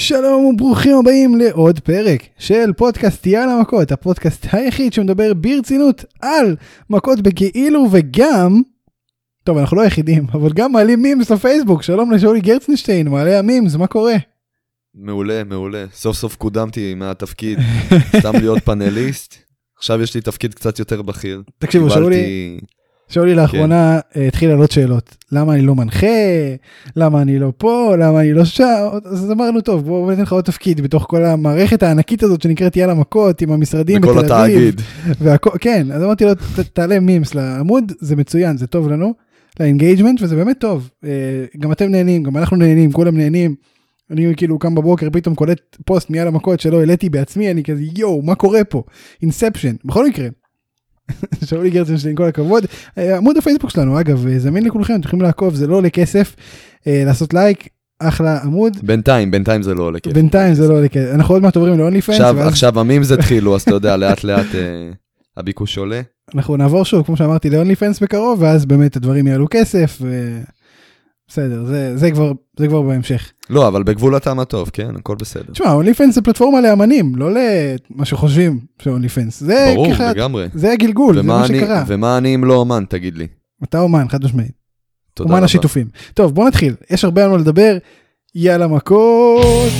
שלום וברוכים הבאים לעוד פרק של פודקאסט יאללה מכות, הפודקאסט היחיד שמדבר ברצינות על מכות בכאילו וגם, טוב אנחנו לא היחידים, אבל גם מעלים מימס לפייסבוק. שלום לשאולי גרצנשטיין, מעלה המימס, מה קורה? מעולה, מעולה. סוף סוף קודמתי מהתפקיד, סתם להיות פאנליסט. עכשיו יש לי תפקיד קצת יותר בכיר. תקשיבו, שאולי לאחרונה התחיל לעלות שאלות. למה אני לא מנחה? למה אני לא פה? למה אני לא שם? אז אמרנו, טוב, בואו ניתן לך עוד תפקיד בתוך כל המערכת הענקית הזאת שנקראת יאללה מכות, עם המשרדים בתל אביב. בכל התאגיד. כן, אז אמרתי לו, תעלה מימס לעמוד, זה מצוין, זה טוב לנו, לאנגייג'מנט, וזה באמת טוב. גם אתם נהנים, גם אנחנו נהנים, כולם נהנים. אני כאילו קם בבוקר, פתאום קולט פוסט מיאללה מכות שלא העליתי בעצמי, אני כזה, יואו, מה קורה פה? אינספשן, בכל מקרה. שאולי גרצנשטיין, כל הכבוד. עמוד הפייסבוק שלנו, אגב, זמין לכולכם, אתם יכולים לעקוב, זה לא עולה כסף, לעשות לייק, אחלה עמוד. בינתיים זה לא עולה כסף. בינתיים זה לא עולה כסף. אנחנו עוד מעט עוברים ל-OnlyFans. עכשיו המימס התחילו, אז אתה יודע, לאט לאט הביקוש עולה. אנחנו נעבור שוב, כמו שאמרתי, ל-OnlyFans בקרוב, ואז באמת הדברים יעלו כסף, בסדר, זה כבר בהמשך. לא, אבל בגבול הטעם הטוב, כן? הכל בסדר. תשמע, OnlyFans זה פלטפורמה לאמנים, לא למה שחושבים ש-OnlyFans. ברור, לגמרי. זה הגלגול, זה מה שקרה. ומה אני אם לא אומן, תגיד לי? אתה אומן, חד משמעית. תודה אומן רבה. השיתופים. טוב, בוא נתחיל. יש הרבה על מה לדבר. יאללה מכות.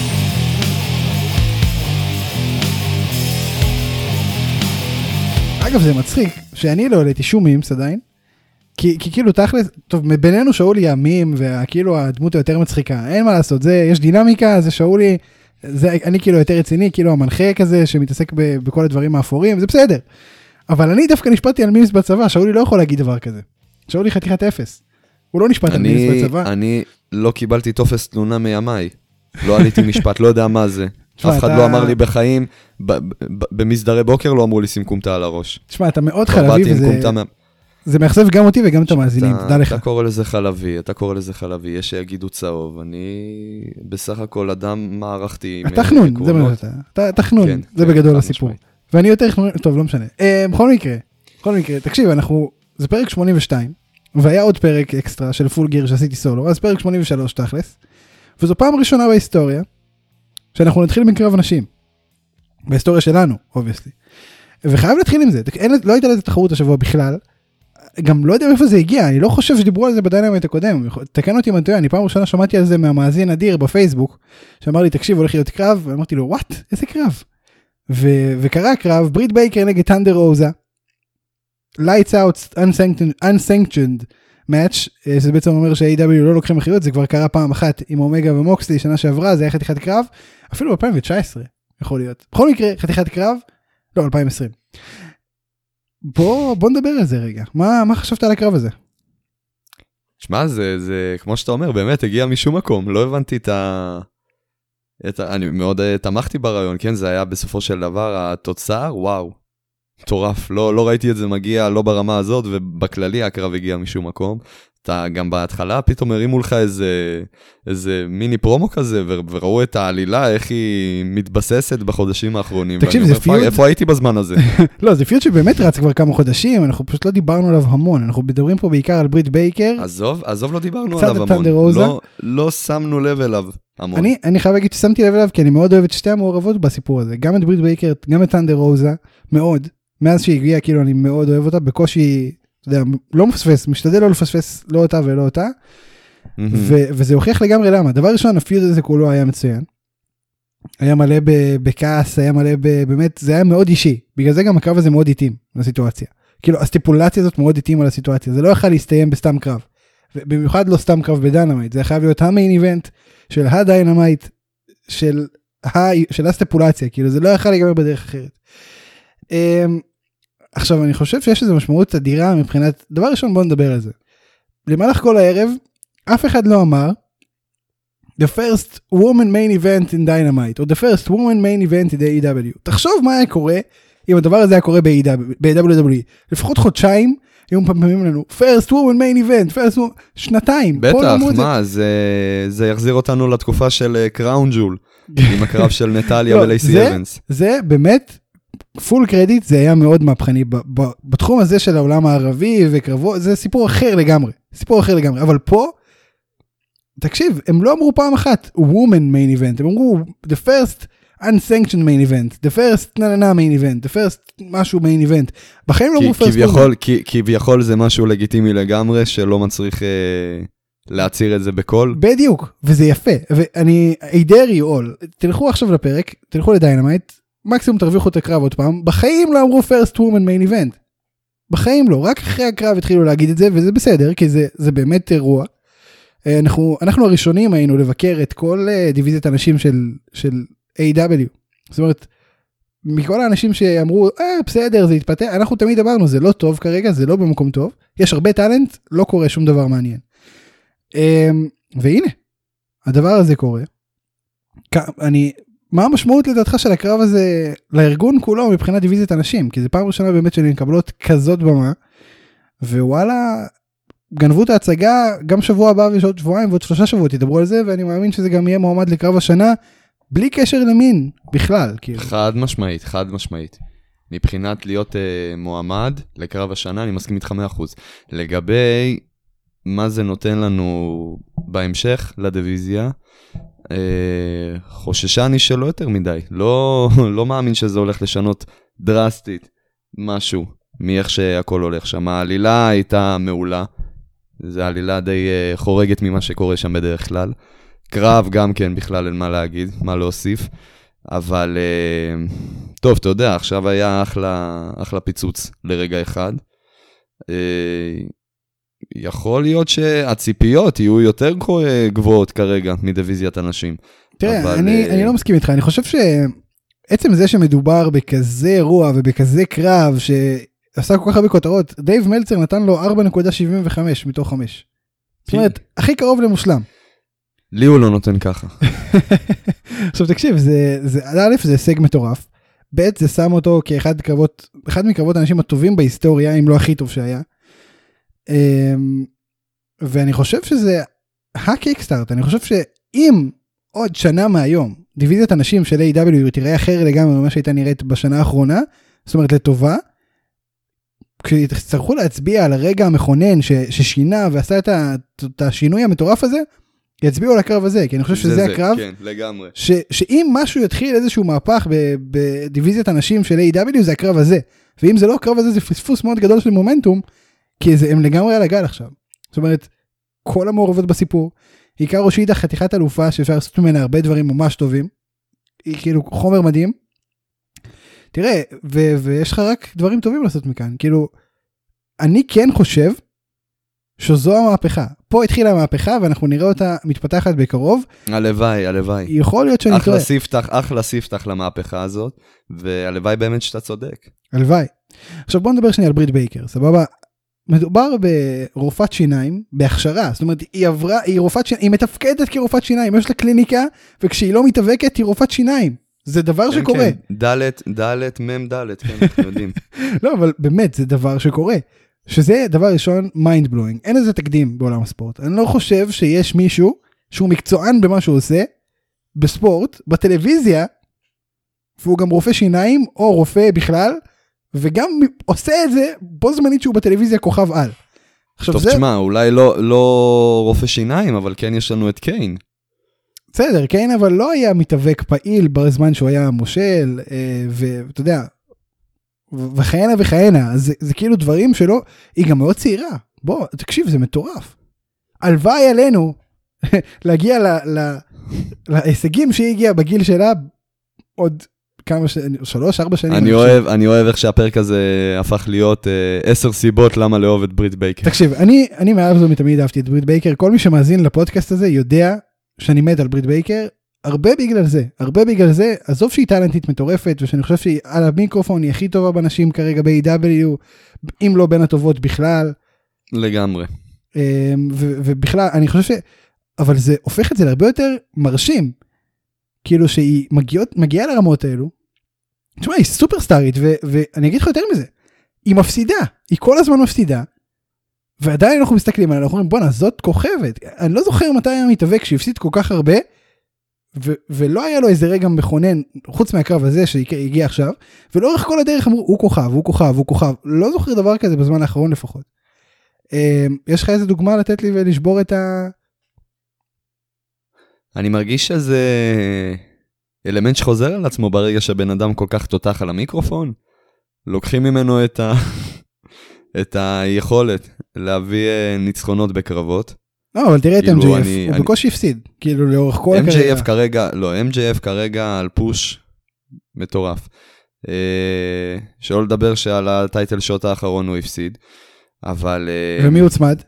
אגב, זה מצחיק שאני לא העליתי שום מימס עדיין. כי כאילו תכלס, טוב, בינינו שאולי המים וכאילו הדמות היותר מצחיקה, אין מה לעשות, יש דינמיקה, זה שאולי, אני כאילו יותר רציני, כאילו המנחה כזה שמתעסק בכל הדברים האפורים, זה בסדר. אבל אני דווקא נשפטתי על מימס בצבא, שאולי לא יכול להגיד דבר כזה. שאולי חתיכת אפס. הוא לא נשפט על מימס בצבא. אני לא קיבלתי תופס תלונה מימיי. לא עליתי משפט, לא יודע מה זה. אף אחד לא אמר לי בחיים, במסדרי בוקר לא אמרו לי שים קומטה על הראש. תשמע, אתה מאוד חלבי וזה... זה מאכזב גם אותי וגם את המאזינים, תדע לך. אתה קורא לזה חלבי, יש שיגידו צהוב, אני בסך הכל אדם מערכתי. התחנון, זה מה אתה, תחנון, זה בגדול הסיפור. ואני יותר, טוב, לא משנה. בכל מקרה, תקשיב, זה פרק 82, והיה עוד פרק אקסטרה של פול גיר שעשיתי סולו, אז פרק 83 תכלס, וזו פעם ראשונה בהיסטוריה, שאנחנו נתחיל מקרב אנשים, בהיסטוריה שלנו, obviously. וחייב להתחיל עם זה, לא הייתה לזה תחרות השבוע בכלל, גם לא יודע מאיפה זה הגיע, אני לא חושב שדיברו על זה בדיינמייט הקודם, תקן אותי אם אני טועה, אני פעם ראשונה שמעתי על זה מהמאזין אדיר בפייסבוק, שאמר לי תקשיב הולך להיות קרב, ואמרתי לו וואט, איזה קרב? וקרה קרב, ברית בייקר נגד טנדר רוזה, Lights Out Unsanctioned Match, זה בעצם אומר ש-AW לא לוקחים אחריות, זה כבר קרה פעם אחת עם אומגה ומוקסלי, שנה שעברה, זה היה חתיכת קרב, אפילו ב-2019 יכול להיות, בכל מקרה חתיכת קרב, לא 2020. בוא נדבר על זה רגע. מה חשבת על הקרב הזה? שמע, זה כמו שאתה אומר, באמת הגיע משום מקום. לא הבנתי אני מאוד תמכתי ברעיון, כן? זה היה בסופו של דבר התוצר, וואו. מטורף. לא ראיתי את זה מגיע, לא ברמה הזאת, ובכללי הקרב הגיע משום מקום. אתה גם בהתחלה פתאום הרימו לך איזה מיני פרומו כזה, וראו את העלילה, איך היא מתבססת בחודשים האחרונים. תקשיב, זה פיוט... איפה הייתי בזמן הזה? לא, זה פיוט שבאמת רץ כבר כמה חודשים, אנחנו פשוט לא דיברנו עליו המון, אנחנו מדברים פה בעיקר על ברית בייקר. עזוב לא דיברנו עליו המון. לא שמנו לב אליו המון. אני חייב להגיד ששמתי לב אליו, כי אני מאוד אוהב את שתי המעורבות בסיפור הזה, גם את ברית בייקר, גם את טנדר רוזה, מאוד. מאז שהגיעה, כאילו אני מאוד אוהב אותה, בקושי אתה יודע, לא מפספס, משתדל לא לפספס לא אותה ולא אותה, וזה הוכיח לגמרי למה. דבר ראשון, הפיוד הזה כולו היה מצוין, היה מלא בכעס, היה מלא באמת, זה היה מאוד אישי, בגלל זה גם הקרב הזה מאוד איטים לסיטואציה, כאילו הסטיפולציה הזאת מאוד איטים על הסיטואציה, זה לא יכול להסתיים בסתם קרב, ובמיוחד לא סתם קרב בדיינמייט, זה חייב להיות המיין איבנט של הדיינמייט, של הסטיפולציה, כאילו זה לא יכול להיגמר בדרך אחרת. עכשיו, אני חושב שיש איזו משמעות אדירה מבחינת, דבר ראשון, בואו נדבר על זה. למהלך כל הערב, אף אחד לא אמר, the first woman main event in Dynamite, או the first woman main event in AEW. תחשוב מה היה קורה, אם הדבר הזה היה קורה ב-WWE. לפחות חודשיים, היו מפעמים לנו, first woman main event, first woman, שנתיים. בטח, מה, זה יחזיר אותנו לתקופה של קראון ג'ול, עם הקרב של נטליה ולייסי אבנס. זה באמת, פול קרדיט, זה היה מאוד מהפכני, בתחום הזה של העולם הערבי וקרבו, זה סיפור אחר לגמרי, אבל פה, תקשיב, הם לא אמרו פעם אחת woman main event, הם אמרו the first unsanctioned main event, the first main event, the first משהו main event, בחיים לא אמרו first woman. כביכול זה משהו לגיטימי לגמרי, שלא מצריך להציר את זה בכל. בדיוק, וזה יפה, ואני, I dare you all, תלכו עכשיו לפרק, תלכו לדיינמייט, מקסימום תרוויחו את הקרב עוד פעם, בחיים לא אמרו first woman main event, בחיים לא, רק אחרי הקרב התחילו להגיד את זה, וזה בסדר, כי זה באמת אירוע. אנחנו הראשונים היינו לבקר את כל דיוויזיית אנשים של AW. זאת אומרת, מכל האנשים שאמרו, בסדר, זה יתפתח, אנחנו תמיד אמרנו, זה לא טוב כרגע, זה לא במקום טוב, יש הרבה טלנט, לא קורה שום דבר מעניין. והנה, הדבר הזה קורה. מה המשמעות לדעתך של הקרב הזה לארגון כולו מבחינת דיוויזיית אנשים? כי זה פעם ראשונה באמת שאני מקבלות כזאת במה, ווואלה, גנבו את ההצגה, גם שבוע הבא ועוד שבועיים ועוד 3 שבועות ידברו על זה, ואני מאמין שזה גם יהיה מועמד לקרב השנה, בלי קשר למין, בכלל. כאילו. חד משמעית. מבחינת להיות מועמד לקרב השנה, אני מסכים איתך 100%. לגבי מה זה נותן לנו בהמשך לדיוויזיה, חוששני שלא יותר מדי. לא מאמין שזה הולך לשנות דרסטית משהו, מאיך שהכל הולך שם. העלילה הייתה מעולה. זו עלילה די חורגת ממה שקורה שם בדרך כלל. קרב גם כן בכלל אין מה להגיד, מה להוסיף. אבל טוב, אתה יודע, עכשיו היה אחלה פיצוץ לרגע אחד. יכול להיות שהציפיות יהיו יותר גבוהות כרגע מדיוויזיית אנשים. תראה, אני לא מסכים איתך, אני חושב שעצם זה שמדובר בכזה אירוע ובכזה קרב שעשה כל כך הרבה כותרות, דייב מלצר נתן לו 4.75 מתוך 5. זאת אומרת, הכי קרוב למושלם. לי הוא לא נותן ככה. עכשיו תקשיב, א' זה הישג מטורף, ב' זה שם אותו כאחד מקרבות האנשים הטובים בהיסטוריה, אם לא הכי טוב שהיה. ואני חושב שזה הקיקסטארט, אני חושב שאם עוד שנה מהיום, דיוויזיית אנשים של AW תראה אחר לגמרי ממה שהייתה נראית בשנה האחרונה, זאת אומרת לטובה, כשצטרכו להצביע על הרגע המכונן ששינה ועשה את השינוי המטורף הזה, יצביעו על הקרב הזה, כי אני חושב שזה הקרב, כן, לגמרי. שאם משהו יתחיל איזשהו מהפך בדיוויזיית אנשים של AW, זה הקרב הזה, ואם זה לא הקרב הזה, זה פספוס מאוד גדול של מומנטום, כי הם לגמרי על הגל עכשיו. זאת אומרת, כל המעורבות בסיפור, עיקר ראשית חתיכת אלופה, שאפשר לעשות ממנה הרבה דברים ממש טובים, היא כאילו חומר מדהים, תראה, ויש לך רק דברים טובים לעשות מכאן, כאילו, אני כן חושב, שזו המהפכה. פה התחילה המהפכה, ואנחנו נראה אותה מתפתחת בקרוב. הלוואי. יכול להיות שאני טועה. אחלה ספתח למהפכה הזאת, והלוואי באמת שאתה צודק. הלוואי. עכשיו בוא נדבר שנייה על ברית בייקר, סבבה? מדובר ברופאת שיניים, בהכשרה, זאת אומרת, היא רופאת שיניים, היא מתפקדת כרופאת שיניים, יש לה קליניקה, וכשהיא לא מתאבקת, היא רופאת שיניים. זה דבר שקורה. דלת, מם דלת, כן, אנחנו יודעים. לא, אבל באמת, זה דבר שקורה. שזה דבר ראשון, mind blowing. אין איזה תקדים בעולם הספורט. אני לא חושב שיש מישהו שהוא מקצוען במה שהוא עושה, בספורט, בטלוויזיה, והוא גם רופא שיניים, או רופא בכלל, וגם עושה את זה בו זמנית שהוא בטלוויזיה כוכב על. טוב, תשמע, אולי לא רופא שיניים, אבל כן יש לנו את קיין. בסדר, קיין אבל לא היה מתאבק פעיל בזמן שהוא היה מושל, ואתה יודע, וכהנה, זה כאילו דברים שלא, היא גם מאוד צעירה, בוא, תקשיב, זה מטורף. הלוואי עלינו להגיע להישגים שהיא הגיעה בגיל שלה, עוד כמה שנים, 3-4 שנים. אני אוהב איך שהפרק הזה הפך להיות 10 סיבות למה לאהוב את ברית בייקר. תקשיב, אני מעל זו מתמיד אהבתי את ברית בייקר, כל מי שמאזין לפודקאסט הזה יודע שאני מת על ברית בייקר, הרבה בגלל זה, עזוב שהיא טלנטית מטורפת, ושאני חושב שהיא על המיקרופון היא הכי טובה בנשים כרגע ב-AW, אם לא בין הטובות בכלל. לגמרי. ובכלל, אני חושב אבל זה הופך את זה להרבה יותר מרשים, כאילו שהיא מגיעה לרמות האלו, תשמע, היא סופרסטארית, ואני אגיד לך יותר מזה, היא מפסידה, היא כל הזמן מפסידה, ועדיין אנחנו מסתכלים עליה, אנחנו אומרים, בוא'נה, זאת כוכבת, אני לא זוכר מתי היה מתאבק שהפסיד כל כך הרבה, ולא היה לו איזה רגע מכונן, חוץ מהקרב הזה שהגיע עכשיו, ולאורך כל הדרך אמרו, הוא כוכב, לא זוכר דבר כזה בזמן האחרון לפחות. יש לך איזה דוגמה לתת לי ולשבור אני מרגיש שזה אלמנט שחוזר על עצמו ברגע שבן אדם כל כך תותח על המיקרופון. לוקחים ממנו את היכולת להביא ניצחונות בקרבות. לא, אבל תראה את MJF, הוא בקושי הפסיד, כאילו לאורך כל MJF כרגע, לא, MJF כרגע על פוש מטורף. שלא לדבר שעל הטייטל שוט האחרון הוא הפסיד, אבל... ומי הוצמד?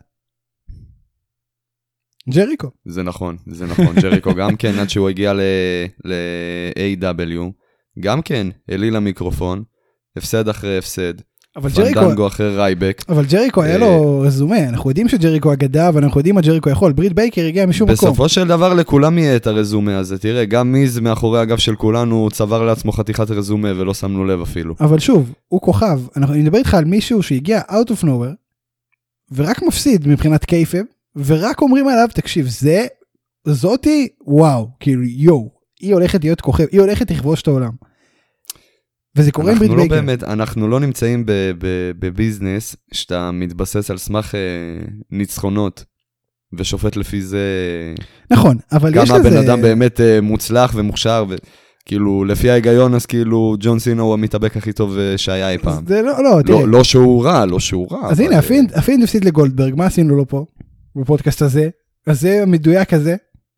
ג'ריקו. זה נכון, ג'ריקו גם כן, עד שהוא הגיע ל-AW, גם כן, אלי למיקרופון, הפסד אחרי הפסד, פנדנגו אחרי רייבק. אבל ג'ריקו היה לו רזומה, אנחנו יודעים שג'ריקו אגדה, ואנחנו יודעים מה ג'ריקו יכול, ברית בייקר הגיע משום מקום. בסופו של דבר לכולם יהיה את הרזומה הזה, תראה, גם מיז מאחורי הגב של כולנו צבר לעצמו חתיכת רזומה, ולא שמנו לב אפילו. אבל שוב, הוא כוכב, אני מדבר איתך על מישהו שהגיע out of nowhere, ורק מפסיד מבחינת קייפב, ורק אומרים עליו, תקשיב, זאתי, וואו, כאילו, היא הולכת להיות כוכב, היא הולכת לכבוש את העולם. וזה קורה עם ברית בייקר. אנחנו לא נמצאים בביזנס, שאתה מתבסס על סמך ניצחונות, ושופט לפי זה... נכון, אבל יש לזה... כמה בן אדם באמת מוצלח ומוכשר, וכאילו, לפי ההיגיון, אז כאילו, ג'ון סינה הוא המתאבק הכי טוב שהיה אי פעם. זה לא, תראה. לא שהוא רע, לא שהוא רע. אז הנה, הפינד הפסיד לגולדברג, מה עשינו לו פה? בפודקאסט הזה, אז זה המדויק הזה,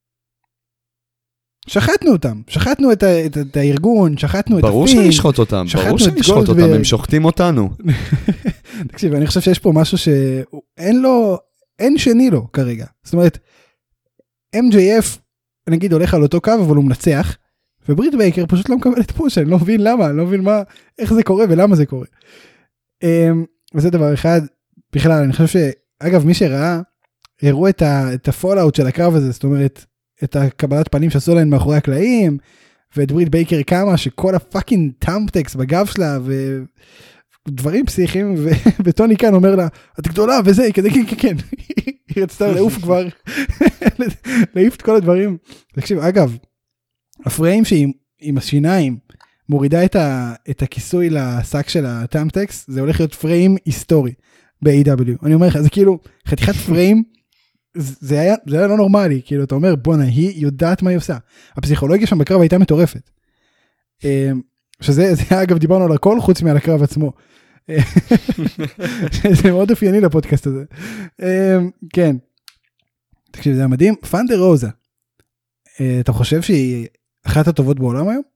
שחטנו אותם, שחטנו את הארגון, שחטנו את ברור שנשחוט אותם, הם שוחטים אותנו. תקשיב, אני חושב שיש פה משהו אין שני לו כרגע, זאת אומרת, MJF, נגיד הולך על אותו קו, אבל הוא מנצח, וברית בייקר פשוט לא מקבל את פוש, אני לא מבין למה, אני לא מבין איך זה קורה ולמה זה קורה. וזה דבר אחד, בכלל, אני חושב שאגב, מי שראה, הראו את הפולאוט של הקרב הזה, זאת אומרת, את הקבלת פנים שעשו להם מאחורי הקלעים, ואת ברית בייקר קמה, שכל הפאקינג טאמפטקס בגב שלה, ודברים פסיכיים, וטוני כאן אומר לה, את גדולה, וזה, כזה, כן, היא רצתה לעוף כבר, להעיף את כל הדברים. תקשיב, אגב, הפריים שהיא עם השיניים, מורידה את הכיסוי לשק של הטאמפטקס, זה הולך להיות פריים היסטורי, ב-AW. אני אומר לך, זה כאילו, חתיכת פריים, זה היה לא נורמלי, כאילו אתה אומר בונה, היא יודעת מה היא עושה. הפסיכולוגיה שם בקרב הייתה מטורפת. שזה אגב דיברנו על הכל חוץ מעל הקרב עצמו. זה מאוד אופייני לפודקאסט הזה. כן. תקשיב, זה היה מדהים. פנדר רוזה, אתה חושב שהיא אחת הטובות בעולם היום?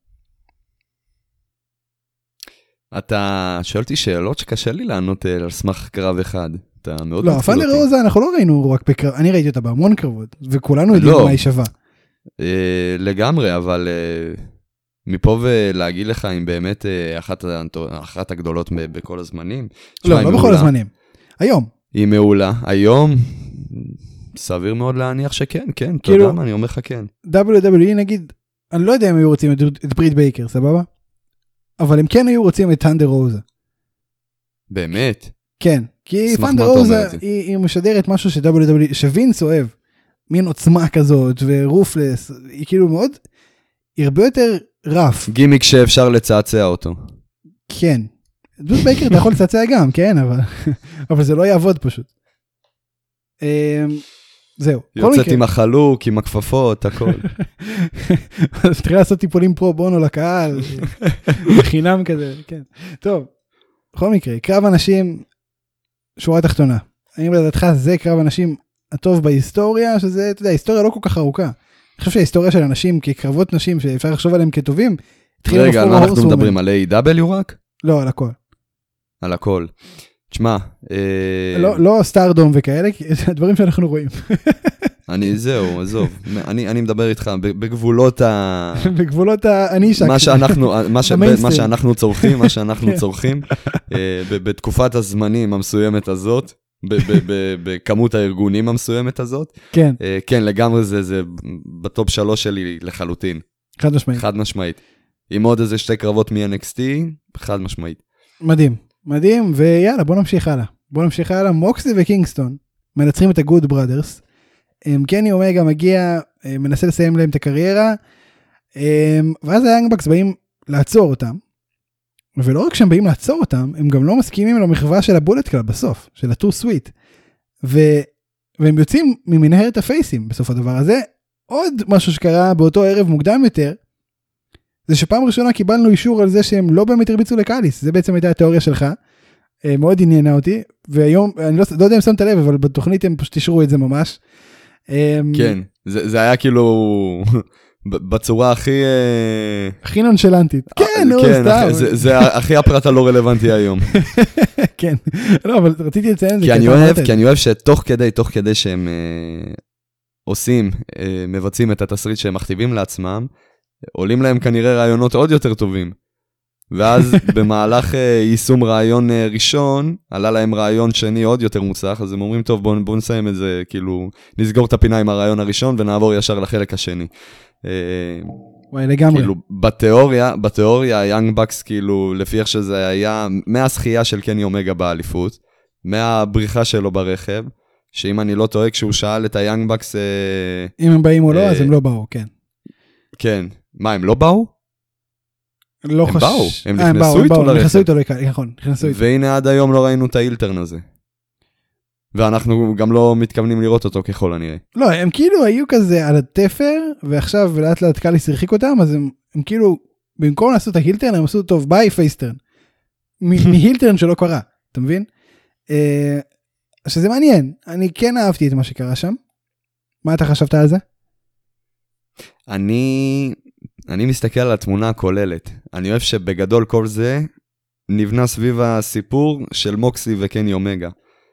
אתה שואל אותי שאלות שקשה לי לענות על סמך קרב אחד. לא, פנדר רוזה אנחנו לא ראינו רק בקרב, אני ראיתי אותה בהמון קרבות, וכולנו יודעים מה היא שווה. לגמרי, אבל מפה ולהגיד לך אם באמת אחת הגדולות בכל הזמנים. לא בכל הזמנים. היום. היא מעולה. היום, סביר מאוד להניח שכן, כן. אתה יודע מה, אני אומר לך כן. WWE נגיד, אני לא יודע אם היו רוצים את ברית בייקר, סבבה? אבל הם כן היו רוצים את פנדר רוזה. באמת? כן. כי פנדר רוזה היא משדרת משהו שווינס אוהב, מין עוצמה כזאת ורופלס, היא כאילו מאוד, היא הרבה יותר רף. גימיק שאפשר לצעצע אותו. כן. ברית בייקר אתה יכול לצעצע גם, כן, אבל זה לא יעבוד פשוט. זהו. יוצאת עם החלוק, עם הכפפות, הכל. אז תראה לעשות טיפולים פרו בונו לקהל, בחינם כזה, כן. טוב, בכל מקרה, קרב אנשים, שורה תחתונה. האם לדעתך זה קרב אנשים הטוב בהיסטוריה, שזה, אתה יודע, היסטוריה לא כל כך ארוכה. אני חושב שההיסטוריה של אנשים, כקרבות נשים, שאפשר לחשוב עליהם כטובים, רגע, על מה אנחנו מדברים? על A.W. רק? לא, על הכל. על הכל. תשמע, לא סטארדום וכאלה, כי זה הדברים שאנחנו רואים. זהו, עזוב. אני מדבר איתך בגבולות בגבולות מה שאנחנו צורכים, בתקופת הזמנים המסוימת הזאת, בכמות הארגונים המסוימת הזאת. כן. כן, לגמרי זה בטופ 3 שלי לחלוטין. חד משמעית. חד משמעית. עם עוד איזה 2 קרבות מ-NXT, חד משמעית. מדהים. מדהים, ויאללה, בוא נמשיך הלאה. מוקסלי וקינגסטון מנצחים את הגוד בראדרס. קני אומגה מגיע, מנסה לסיים להם את הקריירה, ואז היאנג בקס באים לעצור אותם, ולא רק שהם באים לעצור אותם, הם גם לא מסכימים למחווה של הבולט קלאב בסוף, של הטו סוויט, והם יוצאים ממנהרת הפייסים בסוף הדבר הזה, עוד משהו שקרה באותו ערב מוקדם יותר, זה שפעם ראשונה קיבלנו אישור על זה שהם לא באמת הרביצו לקאליס, זה בעצם הייתה התיאוריה שלך, מאוד עניינה אותי, והיום, אני לא יודע אם שמת לב, אבל בתוכנית הם פשוט אישרו את זה ממש. כן, זה היה כאילו, בצורה הכי נונשלנטית. כן, סתם. זה הכי הפרט הלא רלוונטי היום. כן, לא, אבל רציתי לציין את זה. כי אני אוהב שתוך כדי שהם מבצעים את התסריט שהם מכתיבים לעצמם, עולים להם כנראה רעיונות עוד יותר טובים. ואז במהלך יישום רעיון ראשון, עלה להם רעיון שני עוד יותר מוצלח, אז הם אומרים, טוב, בואו נסיים את זה, כאילו, נסגור את הפינה עם הרעיון הראשון, ונעבור ישר לחלק השני. וואי, לגמרי. כאילו, בתיאוריה, היאנג בקס, כאילו, לפי איך שזה היה, מהשחייה של קני אומגה באליפות, מהבריחה שלו ברכב, שאם אני לא טועה, כשהוא שאל את היאנג בקס... אם הם באים או לא, אז הם לא באו, כן. כן. מה, הם לא באו? לא הם באו, הם נכנסו איתו לרכב. נכנסו איתו, נכון, נכנסו איתו. והנה עד היום לא ראינו את האילטרן הזה. ואנחנו גם לא מתכוונים לראות אותו ככל הנראה. לא, הם כאילו היו כזה על התפר, ועכשיו לאט לאט קאליס הרחיק אותם, אז הם כאילו, במקום לעשות את ההילטרן, הם עשו טוב, ביי פייסטרן. מהילטרן שלא קרה, אתה מבין? שזה מעניין, אני כן אהבתי את מה שקרה שם. מה אתה חשבת על זה? אני מסתכל על התמונה הכוללת. אני אוהב שבגדול כל זה נבנה סביב הסיפור של מוקסי וקני אומגה.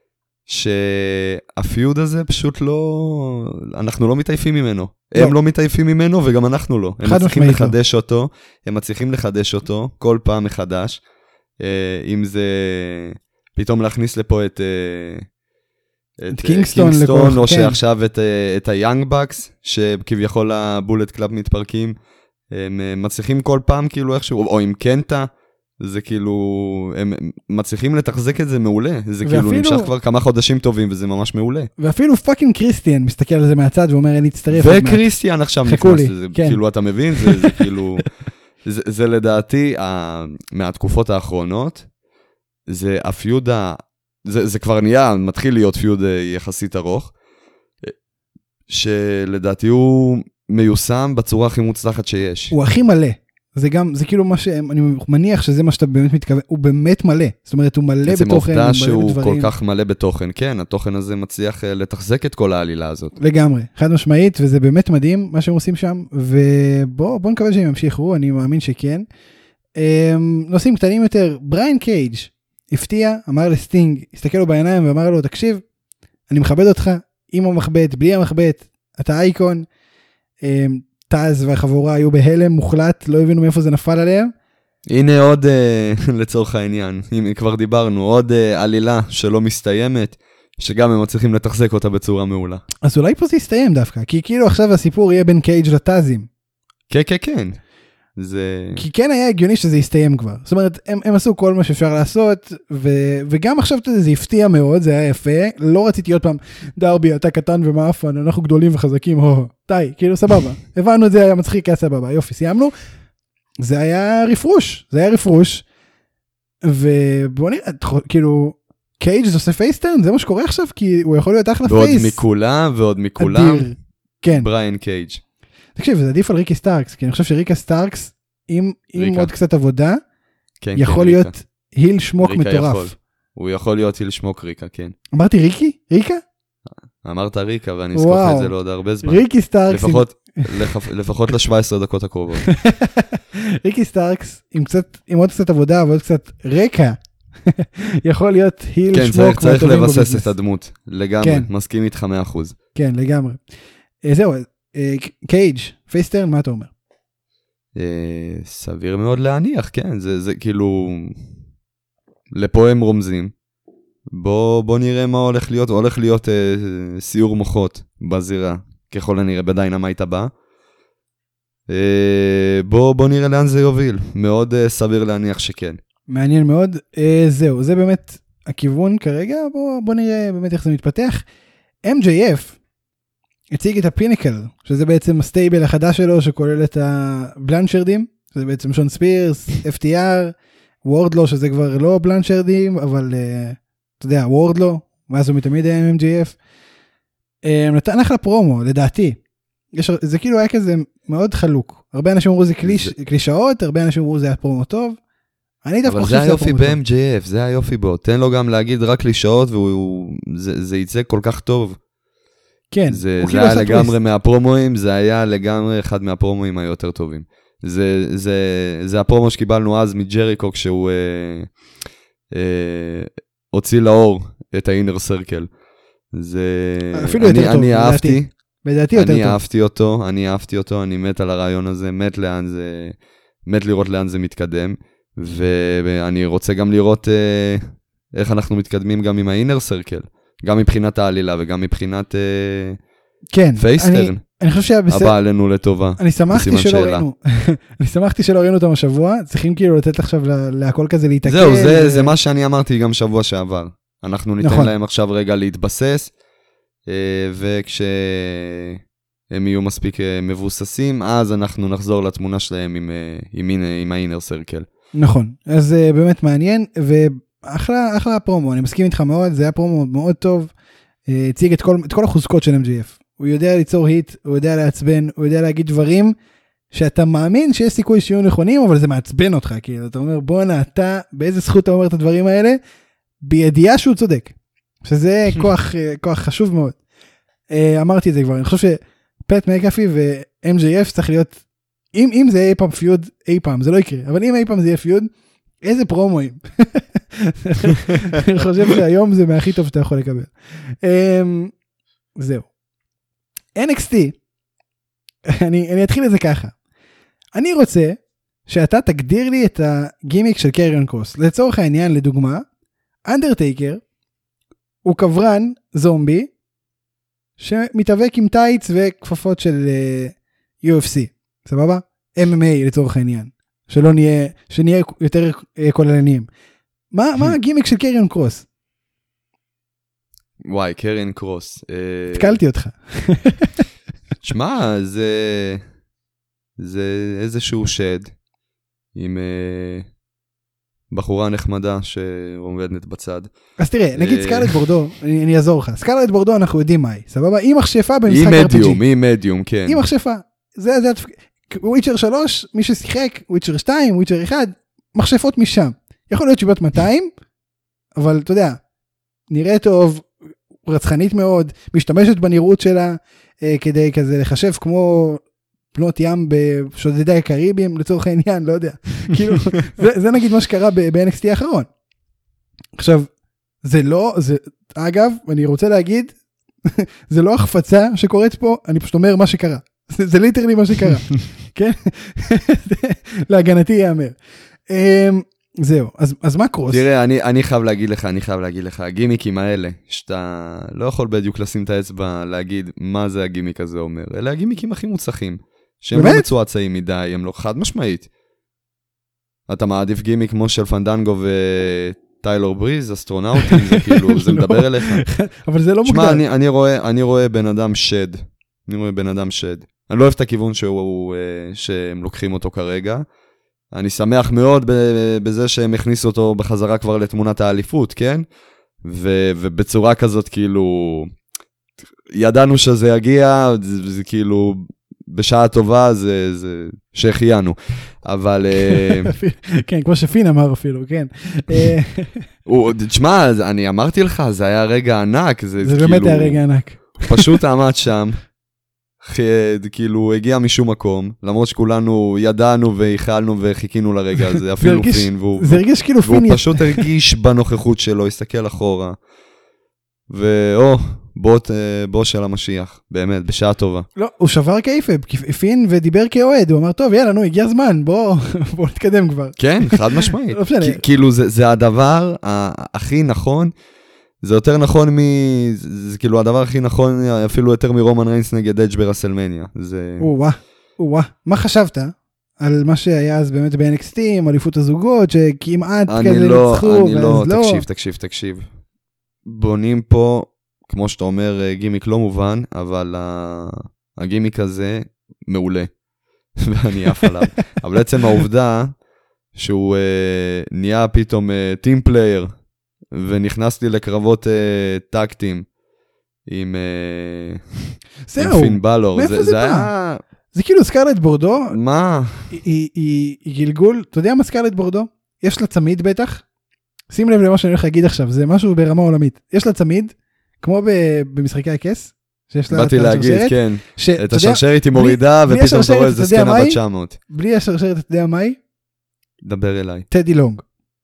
שהפיוד הזה פשוט לא... אנחנו לא מתעייפים ממנו. לא. הם לא מתעייפים ממנו וגם אנחנו לא. הם מצליחים לחדש אותו כל פעם מחדש. אם זה פתאום להכניס לפה את קינגסטון, או שעכשיו את היאנג בקס, שכביכול הבולט קלאב מתפרקים, הם מצליחים כל פעם כאילו איכשהו, או עם קנטה, זה כאילו, הם מצליחים לתחזק את זה מעולה, זה כאילו נמשך כבר כמה חודשים טובים, וזה ממש מעולה. ואפילו פאקינג קריסטיאן מסתכל על זה מהצד, ואומר, אני אצטרף. וקריסטיאן עכשיו נכנס לזה, כאילו אתה מבין, זה כאילו, זה לדעתי, מהתקופות האחרונות, זה הפיוד זה כבר נהיה, מתחיל להיות פיוד יחסית ארוך, שלדעתי הוא מיושם בצורה הכי מוצלחת שיש. הוא הכי מלא. זה כאילו מה שאני מניח שזה מה שאתה באמת מתכוון, הוא באמת מלא. זאת אומרת, הוא מלא בתוכן. זה מובטא שהוא כל כך מלא בתוכן. כן, התוכן הזה מצליח לתחזק את כל העלילה הזאת. לגמרי, חד משמעית, וזה באמת מדהים מה שהם עושים שם, ובוא נקווה שהם ימשיכו, אני מאמין שכן. נושאים קטנים יותר, בריין קייג' הפתיע, אמר לסטינג, הסתכל לו בעיניים ואמר לו, תקשיב, אני מכבד אותך, עם המחבט, בלי המחבט, אתה אייקון, טאז והחבורה היו בהלם מוחלט, לא הבינו מאיפה זה נפל עליהם. הנה עוד, לצורך העניין, אם כבר דיברנו, עוד עלילה שלא מסתיימת, שגם הם מצליחים לתחזק אותה בצורה מעולה. אז אולי פה זה יסתיים דווקא, כי כאילו עכשיו הסיפור יהיה בין קייג' לטאזים. כן, כן, כן. זה... כי כן היה הגיוני שזה יסתיים כבר. זאת אומרת, הם עשו כל מה שאפשר לעשות, וגם עכשיו זה הפתיע מאוד, זה היה יפה. לא רציתי עוד פעם, דרבי, אתה קטן ומאפן, אנחנו גדולים וחזקים, די, כאילו סבבה. הבנו את זה, היה מצחיק, היה סבבה, יופי, סיימנו. זה היה רפרוש, ובוא נראה, כאילו, קייג' עושה פייסטרן, זה מה שקורה עכשיו, כי הוא יכול להיות אחלה פייס. ועוד מכולם, כן. בריין קייג'. תקשיב, זה עדיף על ריקי סטארקס, כי אני חושב שריקה סטארקס, עם עוד קצת עבודה, יכול להיות היל שמוק מטורף. הוא יכול להיות היל שמוק ריקה, כן. אמרתי ריקי? ריקה? אמרת ריקה, ואני אזכוך את זה לעוד הרבה זמן. ריקי סטארקס. לפחות ל-17 דקות הקרובות. ריקי סטארקס, עם עוד קצת עבודה ועוד קצת רקע, יכול להיות היל שמוק. כן, צריך לבסס את הדמות. לגמרי, מסכים איתך 100%. כן, לגמרי. זהו, קייג' פייסטרן, מה אתה אומר? סביר מאוד להניח, כן, זה כאילו, לפה הם רומזים, בוא נראה מה הולך להיות סיור מוחות בזירה, ככל הנראה בדיינמייט הבא, בוא נראה לאן זה יוביל, מאוד סביר להניח שכן. מעניין מאוד, זהו, זה באמת הכיוון כרגע, בוא נראה באמת איך זה מתפתח. MJF הציג את הפיניקל, שזה בעצם הסטייבל החדש שלו, שכולל את הבלנצ'רדים, שזה בעצם שון ספירס, FTR, וורדלו, שזה כבר לא בלנצ'רדים, אבל אתה יודע, וורדלו, מאז הוא מתמיד היה עם MJF, נתן אחלה פרומו, לדעתי. זה כאילו היה כזה מאוד חלוק. הרבה אנשים אמרו זה קלישאות, הרבה אנשים אמרו זה היה פרומו טוב. אבל זה היופי ב-MJF, זה היופי בו. תן לו גם להגיד רק קלישאות, וזה יצא כל כך טוב. כן. זה היה לגמרי מהפרומואים, זה היה לגמרי אחד מהפרומואים היותר טובים. זה הפרומו שקיבלנו אז מג'ריקו, כשהוא הוציא לאור את ה-Inner Circle. אפילו יותר טוב, לדעתי. בדעתי יותר טוב. אני אהבתי אותו, אני מת על הרעיון הזה, מת לראות לאן זה מתקדם, ואני רוצה גם לראות איך אנחנו מתקדמים גם עם ה-Inner Circle, גם מבחינת העלילה וגם מבחינת פייסטרן. אני חושב הבא עלינו לטובה. אני שמחתי שלא ראינו אותם השבוע, צריכים כאילו לתת עכשיו להכל כזה להתעכל. זהו, זה מה שאני אמרתי גם שבוע שעבר. אנחנו ניתן להם עכשיו רגע להתבסס, וכשהם יהיו מספיק מבוססים, אז אנחנו נחזור לתמונה שלהם עם ה-Inner Circle. נכון, אז באמת מעניין, ואחלה פרומו, אני מסכים איתך מאוד, זה היה פרומו מאוד טוב, הציג את כל החוזקות של MJF. הוא יודע ליצור היט, הוא יודע לעצבן, הוא יודע להגיד דברים שאתה מאמין שיש סיכוי שיהיו נכונים, אבל זה מעצבן אותך, כאילו, אתה אומר, בואנה, אתה, באיזה זכות אתה אומר את הדברים האלה, בידיעה שהוא צודק, שזה כוח חשוב מאוד. אמרתי את זה כבר, אני חושב שפט מקאפי ו-MJF צריך להיות, אם זה אי פעם פיוד, אי פעם, זה לא יקרה, אבל אם אי פעם זה יהיה פיוד, איזה פרומואים. אני חושב שהיום זה מהכי טוב שאתה יכול לקבל. זהו. NXT, אני אתחיל את זה ככה. אני רוצה שאתה תגדיר לי את הגימיק של קריון קרוס. לצורך העניין, לדוגמה, אנדרטייקר הוא קברן זומבי שמתאבק עם טייץ וכפפות של UFC. סבבה? MMA לצורך העניין. שנהיה יותר כוללניים. מה הגימיק של קריון קרוס? וואי, קריון קרוס. התקלתי אותך. תשמע, זה איזשהו שד עם בחורה נחמדה שעומדת בצד. אז תראה, נגיד סקרלט בורדו, אני אעזור לך. סקרלט בורדו אנחנו יודעים מהי, סבבה? היא מכשפה במשחק RPG. היא מדיום, כן. היא מכשפה. זה וויצ'ר 3, מי ששיחק, וויצ'ר 2, וויצ'ר 1, מכשפות משם. יכול להיות שבת 200, אבל אתה יודע, נראה טוב, רצחנית מאוד, משתמשת בנראות שלה, כדי כזה לחשב כמו פנות ים בשודדי הקריבים, לצורך העניין, לא יודע. כאילו, זה נגיד מה שקרה ב-NXT האחרון. עכשיו, אגב, אני רוצה להגיד, זה לא החפצה שקורית פה, אני פשוט אומר מה שקרה. זה ליטרלי מה שקרה. כן? להגנתי יאמר. זהו, אז מה קרוס? תראה, אני חייב להגיד לך, הגימיקים האלה, שאתה לא יכול בדיוק לשים את האצבע להגיד מה זה הגימיק הזה אומר, אלה הגימיקים הכי מוצלחים, שהם לא מצועצעים מדי, הם לא חד משמעית. אתה מעדיף גימיק כמו של פנדנגו וטיילור בריז, אסטרונאוטים, זה כאילו, זה מדבר אליך. אבל זה לא מוגדר. שמע, אני רואה בן אדם שד, אני לא אוהב את הכיוון שהם לוקחים אותו כרגע, אני שמח מאוד בזה שהם הכניסו אותו בחזרה כבר לתמונת האליפות, כן? ובצורה כזאת כאילו, ידענו שזה יגיע, זה כאילו, בשעה טובה זה שהחיינו, אבל... כן, כמו שפין אמר אפילו, כן. תשמע, אני אמרתי לך, זה היה רגע ענק. זה באמת היה רגע ענק. פשוט עמד שם. כאילו הגיע משום מקום, למרות שכולנו ידענו והיחלנו וחיכינו לרגע הזה, אפילו פין, זה הרגיש כאילו פין, והוא פשוט הרגיש בנוכחות שלו, הסתכל אחורה, בוא של המשיח, באמת, בשעה טובה. לא, הוא שבר כיפה, פין ודיבר כאוהד, הוא אמר, טוב, יאללה, נו, הגיע הזמן, בוא נתקדם כבר. כן, חד משמעית. כאילו זה הדבר הכי נכון, זה יותר נכון זה כאילו הדבר הכי נכון, אפילו יותר מרומן ריינס נגד אדג' ברסלמניה. מה חשבת על מה שהיה אז באמת ב-NXT, עם אליפות הזוגות, שכמעט כאלה ניצחו, ואז לא. תקשיב. בונים פה, כמו שאתה אומר, גימיק לא מובן, אבל הגימיק הזה מעולה, ואני אף עליו. אבל עצם העובדה, שהוא נהיה פתאום טים פלייר, ונכנסתי לקרבות טקטים עם פין בלור. זה היה... זה כאילו סקרלט בורדו. מה? היא גלגול, אתה יודע מה סקרלט בורדו? יש לה צמיד בטח. שים לב למה שאני הולך להגיד עכשיו, זה משהו ברמה עולמית. יש לה צמיד, כמו במשחקי הכס. באתי להגיד, כן. את השרשרת היא מורידה, ופתאום אתה רואה איזה סקנה בת 900. בלי השרשרת, אתה יודע מה היא? דבר אליי. טדי לונג.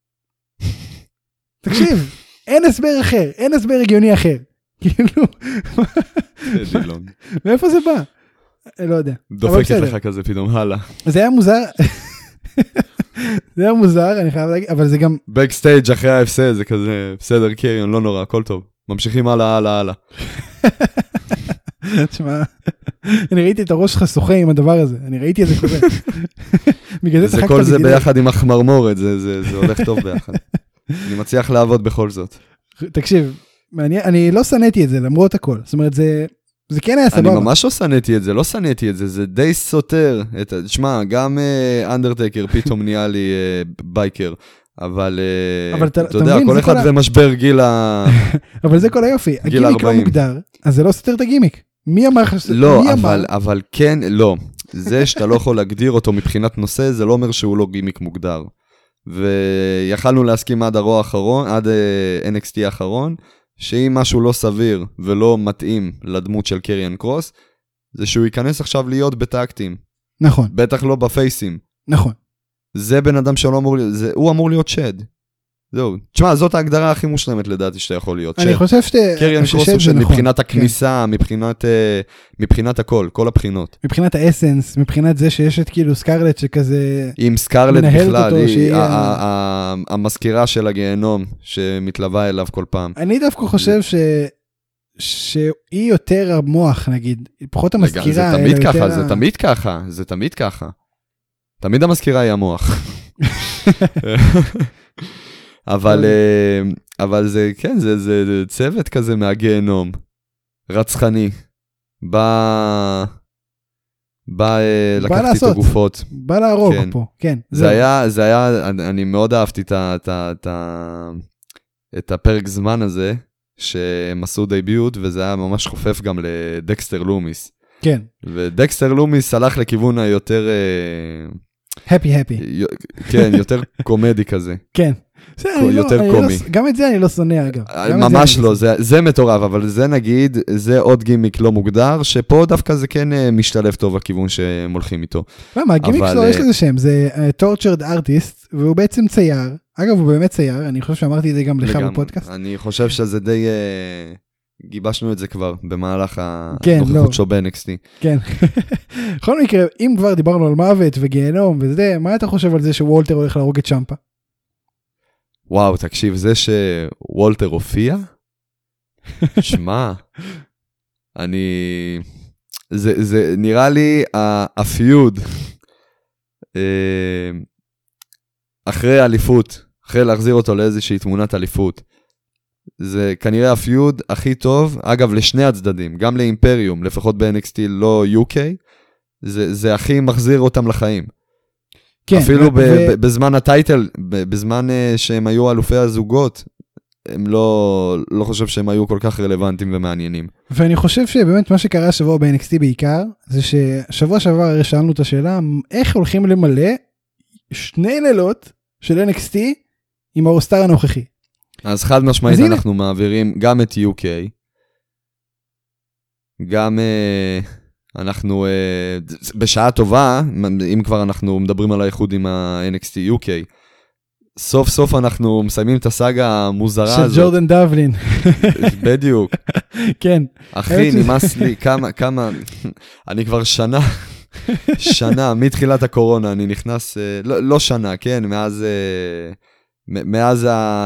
תקשיב, אין הסבר אחר, אין הסבר הגיוני אחר. כאילו... טדי לונג. מאיפה זה בא? לא יודע. דופקת לך כזה פתאום, הלאה. זה היה מוזר. זה היה מוזר, אני חייב להגיד, אבל זה גם... בקסטייג' אחרי ההפסד, זה כזה, בסדר, קריון, לא נורא, הכל טוב. ממשיכים הלאה, הלאה, הלאה. תשמע, אני ראיתי את הראש שלך שוחה עם הדבר הזה, אני ראיתי את זה קורה. זה כל זה ביחד עם החמרמורת, זה הולך טוב ביחד. אני מצליח לעבוד בכל זאת. תקשיב, אני לא סניתי את זה, למרות הכל. זאת אומרת, זה כן היה סבבה. אני ממש לא סניתי את זה, לא סניתי את זה, זה די סותר. תשמע, גם אנדרטקר פתאום נהיה לי בייקר, אבל אתה יודע, כל אחד ומשבר גיל אבל זה כל היופי, הגימיק לא מוגדר, אז זה לא סותר את הגימיק. מי אמר? לא, אבל כן, לא. זה שאתה לא יכול להגדיר אותו מבחינת נושא, זה לא אומר שהוא לא גימיק מוגדר. ויכלנו להסכים עד הרוע האחרון, עד NXT האחרון, שאם משהו לא סביר ולא מתאים לדמות של קריאן קרוס, זה שהוא ייכנס עכשיו להיות בטקטים. נכון. בטח לא בפייסים. נכון. זה בן אדם שלא אמור להיות, הוא אמור להיות שד. זהו. תשמע, זאת ההגדרה הכי מושלמת לדעתי שאתה יכול להיות שד. אני חושב קריאן קרוס הוא שד מבחינת הכניסה, מבחינת הכל, כל הבחינות. מבחינת האסנס, מבחינת זה שיש את כאילו סקרלט שכזה... עם סקרלט בכלל, היא המזכירה של הגיהנום שמתלווה אליו כל פעם. אני דווקא חושב שהיא יותר המוח, נגיד, פחות המזכירה. זה תמיד ככה, זה תמיד ככה, זה תמיד ככה. תמיד המזכירה היא המוח. אבל זה, כן, זה צוות כזה מהגיהנום. רצחני. בא לקחתי את הגופות. בא להרוג פה, כן. זה היה, אני מאוד אהבתי את הפרק זמן הזה, שהם עשו דייביוט, וזה היה ממש חופף גם לדקסטר לומיס. כן. ודקסטר לומיס הלך לכיוון היותר... הפי. כן, יותר קומדי כזה. כן. יותר קומי. גם את זה אני לא שונא אגב. ממש לא, זה מטורף, אבל זה נגיד, זה עוד גימיק לא מוגדר, שפה דווקא זה כן משתלב טוב הכיוון שהם הולכים איתו. למה, הגימיק שלו יש לזה שם, זה Tortured Artist, והוא בעצם צייר, אגב הוא באמת צייר, אני חושב שאמרתי את זה גם לך בפודקאסט. אני חושב שזה די... גיבשנו את זה כבר במהלך הנוכחות שלו ב-NXT. כן. בכל מקרה, אם כבר דיברנו על מוות וגיהנום וזה, מה אתה חושב על זה שוולטר הולך להרוג את צ'מפה? וואו, תקשיב, זה שוולטר הופיע? שמע, זה נראה לי הפיוד אחרי האליפות, אחרי להחזיר אותו לאיזושהי תמונת אליפות. זה כנראה הפיוד הכי טוב, אגב לשני הצדדים, גם לאימפריום, לפחות ב-NXT לא UK, זה הכי מחזיר אותם לחיים. כן, אפילו בזמן הטייטל, בזמן שהם היו אלופי הזוגות, הם לא חושב שהם היו כל כך רלוונטיים ומעניינים. ואני חושב שבאמת מה שקרה השבוע ב-NXT בעיקר, זה ששבוע שעבר הרי שאלנו את השאלה, איך הולכים למלא 2 לילות של NXT עם האוסטר הנוכחי. אז חד משמעית אנחנו מעבירים גם את UK, גם אנחנו בשעה טובה, אם כבר אנחנו מדברים על האיחוד עם ה-NXT UK, סוף סוף אנחנו מסיימים את הסאגה המוזרה הזאת. של ג'ורדן דבלין. בדיוק. כן. אחי, נמאס לי, כמה, אני כבר שנה, מתחילת הקורונה, אני נכנס, לא שנה, כן, מאז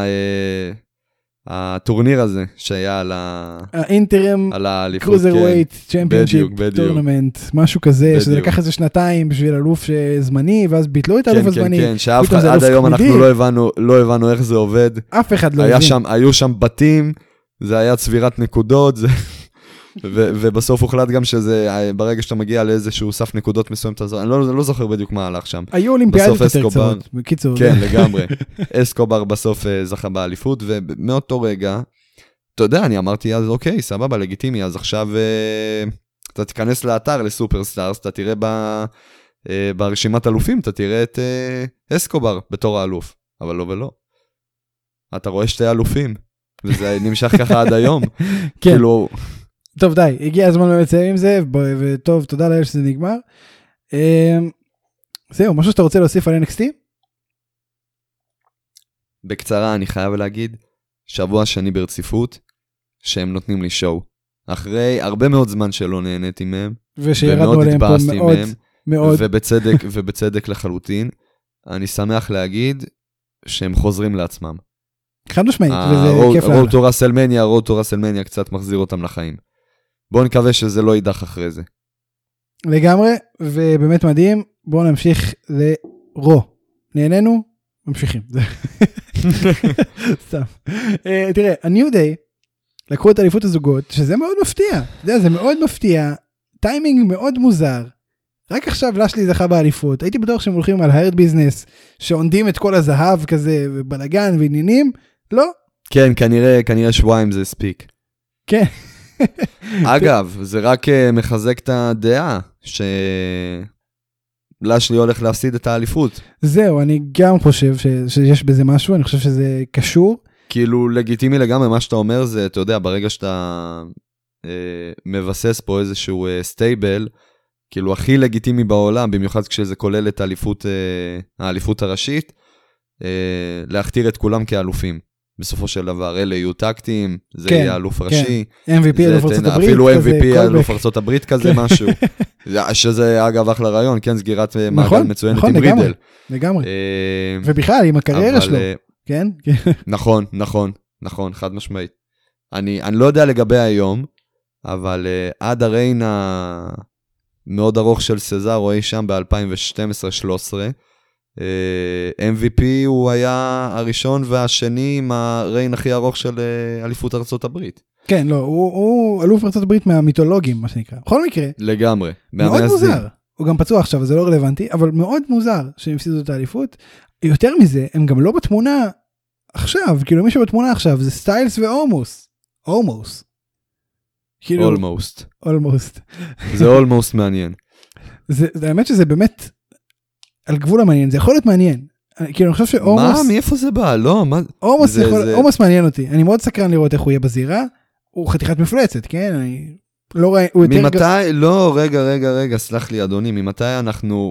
הטורניר הזה שהיה על האינטרם קרוזרווייט צ'מפיונשיפ טורנמנט, משהו כזה, שזה לקח איזה 2 בשביל אלוף זמני, ואז ביטלו את האלוף הזמני. כן, שאף אחד עד היום אנחנו לא הבנו איך זה עובד. אף אחד לא הבין. היו שם בתים, זה היה צבירת נקודות, ובסוף הוחלט גם שזה, ברגע שאתה מגיע לאיזשהו סף נקודות מסוים, אני לא זוכר בדיוק מה הלך שם. היו אולימפיאדות יותר קצרות, בקיצור. כן, לגמרי. אסקובר בסוף זכה באליפות, ומאותו רגע, אתה יודע, אני אמרתי אז, אוקיי, סבבה, לגיטימי, אז עכשיו אתה תיכנס לאתר לסופרסטארס, אתה תראה ברשימת אלופים, אתה תראה את אסקובר בתור האלוף, אבל לא ולא. אתה רואה שתי אלופים, וזה נמשך ככה עד היום. כן. כאילו... טוב, די, הגיע הזמן באמת לסיים עם זה, וטוב, תודה לאל שזה נגמר. זהו, משהו שאתה רוצה להוסיף על NXT? בקצרה, אני חייב להגיד, שבוע שני ברציפות, שהם נותנים לי שואו. אחרי הרבה מאוד זמן שלא נהניתי מהם, ושירדנו עליהם פה מאוד, מאוד. ובצדק לחלוטין, אני שמח להגיד שהם חוזרים לעצמם. חד משמעית, וזה כיף לה. רוד טו רסלמניה קצת מחזיר אותם לחיים. בואו נקווה שזה לא יידח אחרי זה. לגמרי, ובאמת מדהים, בואו נמשיך לרו. נהנינו? ממשיכים. סתם. תראה, ה-New Day לקחו את אליפות הזוגות, שזה מאוד מפתיע. זה מאוד מפתיע, טיימינג מאוד מוזר. רק עכשיו לשלי זכה באליפות. הייתי בטוח שהם הולכים על הירד ביזנס, שעונדים את כל הזהב כזה, ובלגן ועניינים. לא? כן, כנראה שבועיים זה ספיק. כן. אגב, זה רק מחזק את הדעה, לשלי הולך להפסיד את האליפות. זהו, אני גם חושב שיש בזה משהו, אני חושב שזה קשור. כאילו לגיטימי לגמרי, מה שאתה אומר זה, אתה יודע, ברגע שאתה מבסס פה איזשהו סטייבל, כאילו הכי לגיטימי בעולם, במיוחד כשזה כולל את האליפות הראשית, להכתיר את כולם כאלופים. בסופו של דבר, אלה יהיו טקטיים, זה יהיה אלוף ראשי. MVP אלוף ארצות הברית. אפילו MVP אלוף ארצות הברית כזה משהו. שזה אגב אחלה רעיון, כן, סגירת מעגל מצוינת עם רידל. לגמרי. ובכלל, עם הקריירה שלו. כן? נכון, חד משמעית. אני לא יודע לגבי היום, אבל עד הריין המאוד ארוך של סזר, רואה שם ב-2012-13, MVP הוא היה הראשון והשני עם הריין הכי ארוך של אליפות ארצות הברית. כן, לא, הוא אלוף ארצות הברית מהמיתולוגים, מה שנקרא. בכל מקרה. לגמרי. מאוד מוזר. הוא גם פצוע עכשיו, זה לא רלוונטי, אבל מאוד מוזר שהם הפסידו את האליפות. יותר מזה, הם גם לא בתמונה עכשיו, כאילו מי שבתמונה עכשיו זה סטיילס ואומוס. אולמוס. Almost. זה almost מעניין. האמת שזה באמת על גבול המעניין, זה יכול להיות מעניין. כאילו אני חושב שאומוס... מה? מאיפה זה בא? לא, מה... אומוס מעניין אותי. אני מאוד סקרן לראות איך הוא יהיה בזירה. הוא חתיכת מפלצת, כן? אני לא רואה... ממתי? לא, רגע, סלח לי אדוני, ממתי אנחנו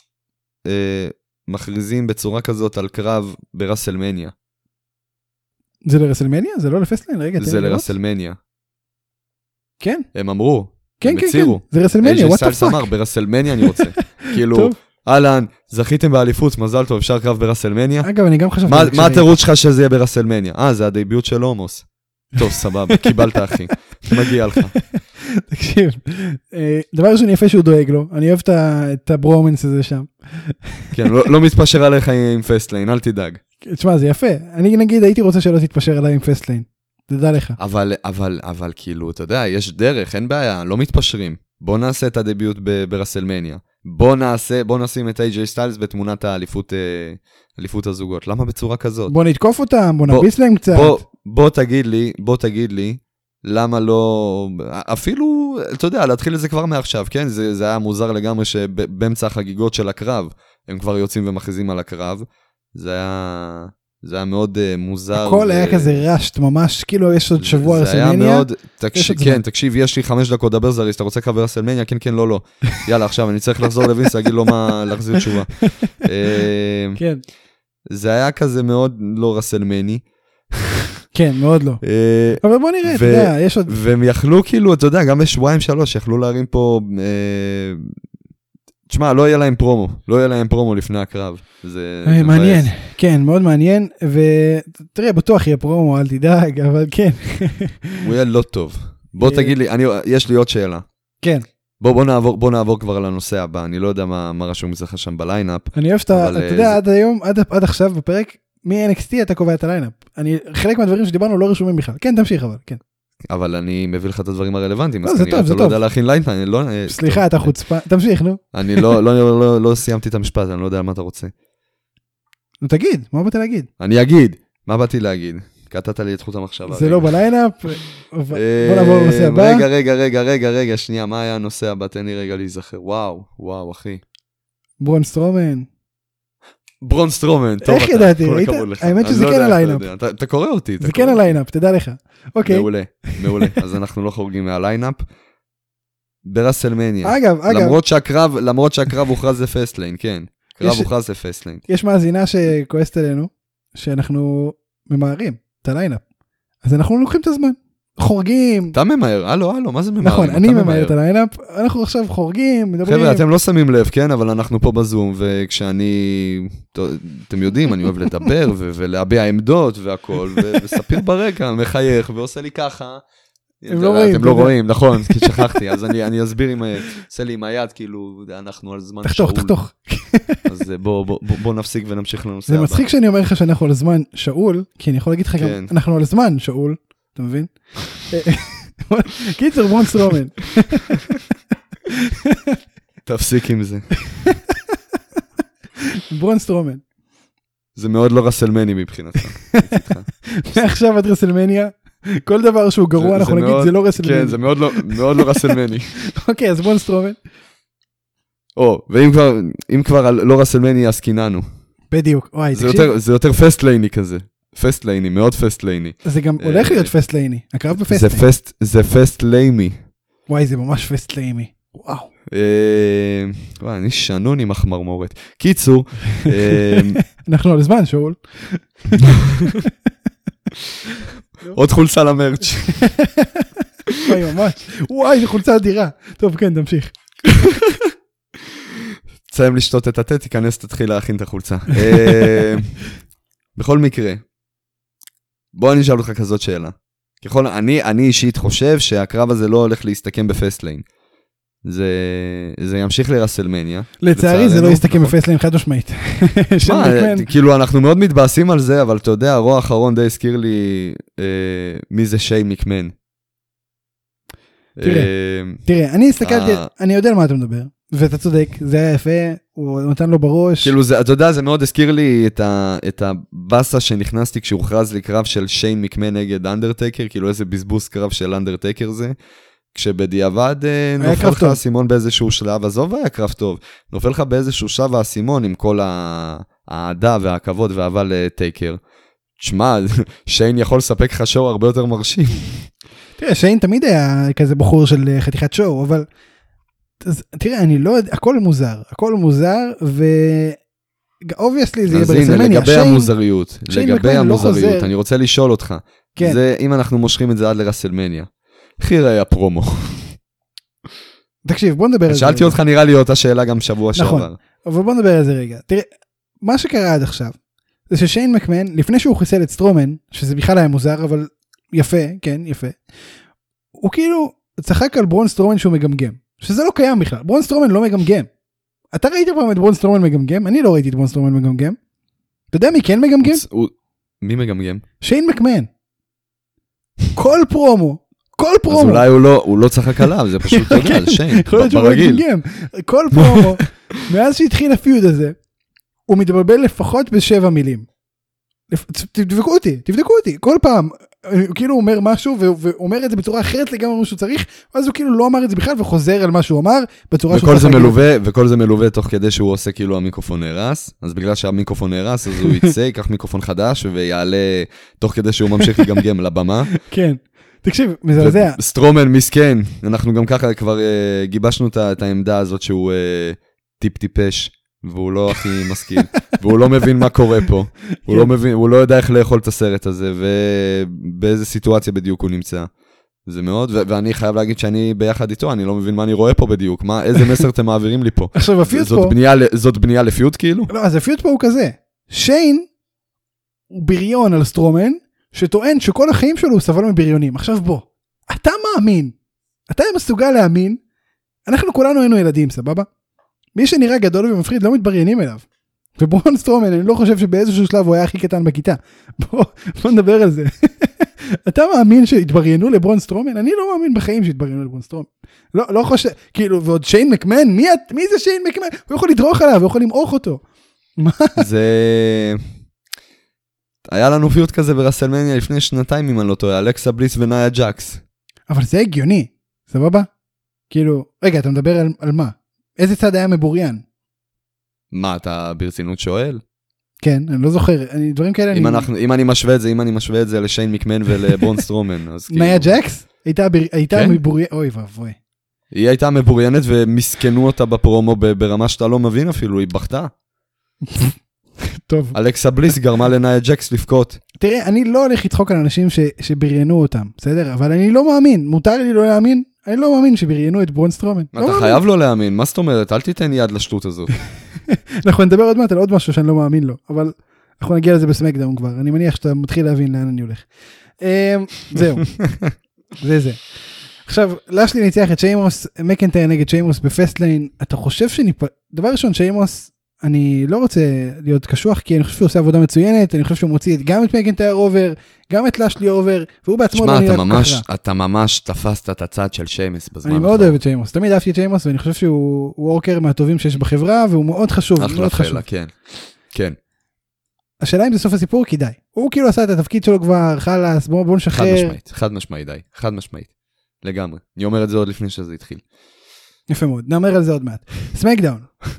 מכריזים בצורה כזאת על קרב ברסלמניה? זה לרסלמניה? זה לא לפסליין? רגע, זה לרסלמניה. כן. הם אמרו. כן, זה רסלמניה, what the fuck. אמר, ברסלמניה אני רוצה. כאילו, אהלן, זכיתם באליפות, מזל טוב, אפשר קרב ברסלמניה? אגב, אני גם חשבתי... מה התירוץ שלך שזה יהיה ברסלמניה? זה הדייביוט של הומוס. טוב, סבבה, קיבלת אחי. מגיע לך. תקשיב, דבר ראשון יפה שהוא דואג לו, אני אוהב את הברומנס הזה שם. כן, לא מתפשר עליך עם פסטליין, אל תדאג. תשמע, זה יפה. אני נגיד, הייתי רוצה שלא תתפשר עליי עם פסטליין. תדע לך. אבל כאילו, אתה יודע, יש דרך, אין בעיה, לא מתפשרים. בוא נעשה את הדביוט ברסלמניה. בוא נשים את AJ סטיילס בתמונת האליפות הזוגות. למה בצורה כזאת? בוא נתקוף אותם, בוא נביס להם קצת. בוא תגיד לי, למה לא... אפילו, אתה יודע, להתחיל את זה כבר מעכשיו, כן? זה היה מוזר לגמרי שבאמצע החגיגות של הקרב, הם כבר יוצאים ומכריזים על הקרב. זה היה מאוד מוזר. הכל היה כזה רשת, ממש, כאילו יש עוד שבוע רסלמניה. זה היה מאוד, כן, תקשיב, יש לי 5 דקות דבר זריז, אתה רוצה קרב רסלמניה? כן, לא. יאללה, עכשיו אני צריך לחזור לווינס, להגיד לו מה, להחזיר תשובה. כן. זה היה כזה מאוד לא רסלמני. כן, מאוד לא. אבל בוא נראה, אתה יודע, יש עוד... והם יכלו כאילו, אתה יודע, גם בשבועיים 3, יכלו להרים פה... תשמע, לא יהיה להם פרומו לפני הקרב. מעניין, כן, מאוד מעניין, ותראה, בטוח יהיה פרומו, אל תדאג, אבל כן. הוא יהיה לא טוב. בוא תגיד לי, יש לי עוד שאלה. כן. בוא נעבור כבר לנושא הבא, אני לא יודע מה רשום אצלך שם בליינאפ. אני אוהב שאתה, אתה יודע, עד היום, עד עכשיו בפרק, מ-NXT אתה קובע את הליינאפ. חלק מהדברים שדיברנו לא רשומים בכלל. כן, תמשיך אבל, כן. אבל אני מביא לך את הדברים הרלוונטיים, אז כנראה אתה לא יודע להכין ליינאפ. סליחה, אתה חוצפה, תמשיך, נו. אני לא סיימתי את המשפט, אני לא יודע מה אתה רוצה. נו תגיד, מה באתי להגיד? אני אגיד, מה באתי להגיד? קטעת לי את חוט המחשבה. זה לא בליינאפ, בוא נעבור לנושא הבא. רגע, שנייה, מה היה הנושא הבא? תן לי רגע להיזכר. וואו, אחי. ברון סטרומן. טוב, איך ידעתי? האמת שזה כן הליינאפ. אתה קורא אותי. זה כן הליינאפ, תדע לך. אוקיי. מעולה. אז אנחנו לא חורגים מהליינאפ. ברסלמניה. אגב. למרות שהקרב הוכרז זה פסטליין, כן. קרב הוכרז זה פסטליין. יש מאזינה שכועסת עלינו, שאנחנו ממהרים את הליינאפ. אז אנחנו לוקחים את הזמן. חורגים. אתה ממהר, הלו, מה זה ממהר? נכון, אני ממהר את הליינאפ, אנחנו עכשיו חורגים, מדברים. חבר'ה, אתם לא שמים לב, כן, אבל אנחנו פה בזום, וכשאני, אתם יודעים, אני אוהב לדבר, ולהביע עמדות והכל, וספיר ברקע, מחייך, ועושה לי ככה. אתם לא רואים, נכון, כי שכחתי, אז אני אסביר עושה לי עם היד, כאילו, אנחנו על זמן שאול. תחתוך. אז בוא נפסיק ונמשיך לנושא הבא. זה מצחיק שאני אומר לך שאנחנו על זמן שאול, כי אני יכול להגיד לך גם, אנחנו על זמן שאול, אתה מבין? קיצר, ברון סטרומן. תפסיק עם זה. ברון סטרומן. זה מאוד לא רסלמני מבחינתך. מעכשיו עד רסלמניה, כל דבר שהוא גרוע אנחנו נגיד זה לא רסלמני. כן, זה מאוד לא רסלמני. אוקיי, אז ברון סטרומן. ואם כבר לא רסלמני, אז קיננו. בדיוק, וואי, זה יותר פסט-לייני כזה. פסט-לייני, מאוד פסט-לייני. זה גם הולך להיות פסט-לייני. הקרב בפסט-לייני. זה פסט-ליימי. וואי, זה ממש פסט-ליימי. וואו. וואי, אני שנון עם החמרמורת. קיצור. אנחנו על זמן, שאול. עוד חולצה למרץ'. וואי, ממש. וואי, זה חולצה אדירה. טוב, כן, תמשיך. תסיים לשתות את התה, תיכנס, תתחיל להכין את החולצה. בכל מקרה, בוא אני אשאל אותך כזאת שאלה. אני אישית חושב שהקרב הזה לא הולך להסתכם בפסטליין. זה ימשיך לרסלמניה. לצערי זה לא יסתכם בפסטליין חד משמעית. כאילו אנחנו מאוד מתבאסים על זה, אבל אתה יודע, הרוע האחרון די הזכיר לי מי זה שיין מקמן. תראה, אני הסתכלתי, אני יודע על מה אתה מדבר. ואתה צודק, זה היה יפה, הוא נתן לו בראש. כאילו, אתה יודע, זה מאוד הזכיר לי את הבאסה שנכנסתי כשהוכרז לי קרב של שיין מקמן נגד אנדרטייקר, כאילו איזה בזבוז קרב של אנדרטייקר זה, כשבדיעבד נופל לך הסימון באיזשהו שלב, עזוב היה קרב טוב, נופל לך באיזשהו שלב הסימון עם כל העדה והכבוד והאהבה לטייקר. תשמע, שיין יכול לספק לך שואו הרבה יותר מרשים. תראה, שיין תמיד היה כזה בחור של חתיכת שואו, אבל... אז, תראה, אני לא יודע, הכל מוזר, obviously זה יהיה ברסלמניה. לגבי המוזריות, אני רוצה לשאול אותך, זה אם אנחנו מושכים את זה עד לרסלמניה, חירה היה פרומו. תקשיב, בוא נדבר על זה. שאלתי אותך נראה לי אותה שאלה גם שבוע שעבר. נכון, אבל בוא נדבר על זה רגע. תראה, מה שקרה עד עכשיו, זה ששיין מקמן, לפני שהוא חיסל את סטרומן, שזה בכלל היה מוזר, אבל יפה, כן, יפה, הוא כאילו צחק על ברון סטרומן שהוא מגמגם. שזה לא קיים בכלל, ברון סטרומן לא מגמגם. אתה ראית פעם את ברון סטרומן מגמגם? אני לא ראיתי את ברון סטרומן מגמגם. אתה יודע מי כן מגמגם? מי מגמגם? שיין מקמן. כל פרומו. אז אולי הוא לא צחק עליו, זה פשוט תודה, זה שיין, ברגיל. כל פרומו, מאז שהתחיל הפיוד הזה, הוא מתבלבל לפחות ב7 מילים. תבדקו אותי, כל פעם, כאילו הוא אומר משהו, והוא אומר את זה בצורה אחרת לגמרי מה שהוא צריך, ואז הוא כאילו לא אמר את זה בכלל, וחוזר על מה שהוא אמר, בצורה שהוא צריך להגיד. וכל זה מלווה תוך כדי שהוא עושה כאילו המיקרופון נהרס, אז בגלל שהמיקרופון נהרס, אז הוא יצא, ייקח מיקרופון חדש, ויעלה תוך כדי שהוא ממשיך לגמגם לבמה. כן, תקשיב, מזעזע. סטרומן מסכן, אנחנו גם ככה כבר גיבשנו את העמדה הזאת שהוא טיפ טיפש, והוא לא הכי משכיל, והוא לא מבין מה קורה פה, הוא לא יודע איך לאכול את הסרט הזה, ובאיזה סיטואציה בדיוק הוא נמצא. זה מאוד, ואני חייב להגיד שאני ביחד איתו, אני לא מבין מה אני רואה פה בדיוק, איזה מסר אתם מעבירים לי פה. עכשיו, הפיוט פה... זאת בנייה לפיוט כאילו? לא, אז הפיוט פה הוא כזה, שיין הוא בריון על סטרומן, שטוען שכל החיים שלו הוא סבל מבריונים. עכשיו בוא, אתה מאמין, אתה מסוגל להאמין, אנחנו כולנו היינו ילדים, סבבה? מי שנראה גדול ומפחיד לא מתבריינים אליו. וברון סטרומן, אני לא חושב שבאיזשהו שלב הוא היה הכי קטן בכיתה. בוא נדבר על זה. אתה מאמין שהתבריינו לברון סטרומן? אני לא מאמין בחיים שהתבריינו לברון סטרומן. לא חושב, כאילו, ועוד שיין מקמן? מי זה שיין מקמן? הוא יכול לדרוך עליו, הוא יכול למעוך אותו. מה? זה... היה לנו פיוט כזה ברסלמניה לפני שנתיים, אם אני לא טועה, אלכסה בליס ונאיה ג'קס. אבל זה הגיוני, סבבה? כאילו, רגע, אתה מדבר על מה? איזה צד היה מבוריין? מה, אתה ברצינות שואל? כן, אני לא זוכר, דברים כאלה... אם אני משווה את זה לשיין מקמן ולברון סטרומן, אז כאילו... נאיה ג'קס? הייתה מבוריין, אוי ואבוי. היא הייתה מבוריינת ומסכנו אותה בפרומו ברמה שאתה לא מבין אפילו, היא בכתה. טוב. אלכסה בליס גרמה לנאיה ג'קס לפקוט. תראה, אני לא הולך לצחוק על אנשים שבריאנו אותם, בסדר? אבל אני לא מאמין, מותר לי לא להאמין, אני לא מאמין שבריאנו את ברון סטרומן. אתה חייב לא להאמין, מה זאת אומרת? אל תיתן יד לשטות הזאת. אנחנו נדבר עוד מעט על עוד משהו שאני לא מאמין לו, אבל אנחנו נגיע לזה בסמקדאון כבר, אני מניח שאתה מתחיל להבין לאן אני הולך. זהו, זה. עכשיו, לשלי ניצח את שיימוס, מקנטייר נגד שיימוס בפסטליין, אתה חושב דבר ראשון, שיימוס, אני לא רוצה להיות קשוח, כי אני חושב שהוא עושה עבודה מצוינת, אני חושב שהוא מוציא גם את מקנטייר אובר, גם את לשלי אובר, והוא בעצמו לא נראה כל כך רע. אתה ממש תפסת את הצד של שיימוס בזמן. אני מאוד אוהב את שיימוס, תמיד אהבתי את שיימוס, ואני חושב שהוא וורקר מהטובים שיש בחברה, והוא מאוד חשוב, מאוד חשוב. כן. השאלה אם זה סוף הסיפור, כי די. הוא כאילו עשה את התפקיד שלו כבר, חלס, בוא נשחרר. חד משמעית, די. חד משמעית. לגמרי. אני אומר את זה עוד לפני שזה התחיל. יפה מאוד, נאמר על זה עוד מעט. סמקדאון.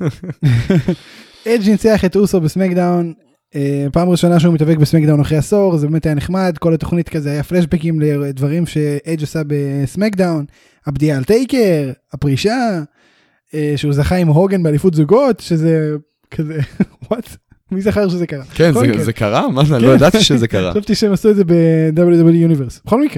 אדג' ניצח את אוסו בסמקדאון, פעם ראשונה שהוא מתאבק בסמקדאון אחרי עשור, זה באמת היה נחמד, כל התוכנית כזה היה פלשבקים לדברים שאדג' עשה בסמקדאון, הבדיעה על טייקר, הפרישה, שהוא זכה עם הוגן באליפות זוגות, שזה כזה, what? מי זכר שזה קרה? כן, זה קרה? מה זה? לא ידעתי שזה קרה. חשבתי שהם עשו את זה ב-WWE Universe. בכל מקרה.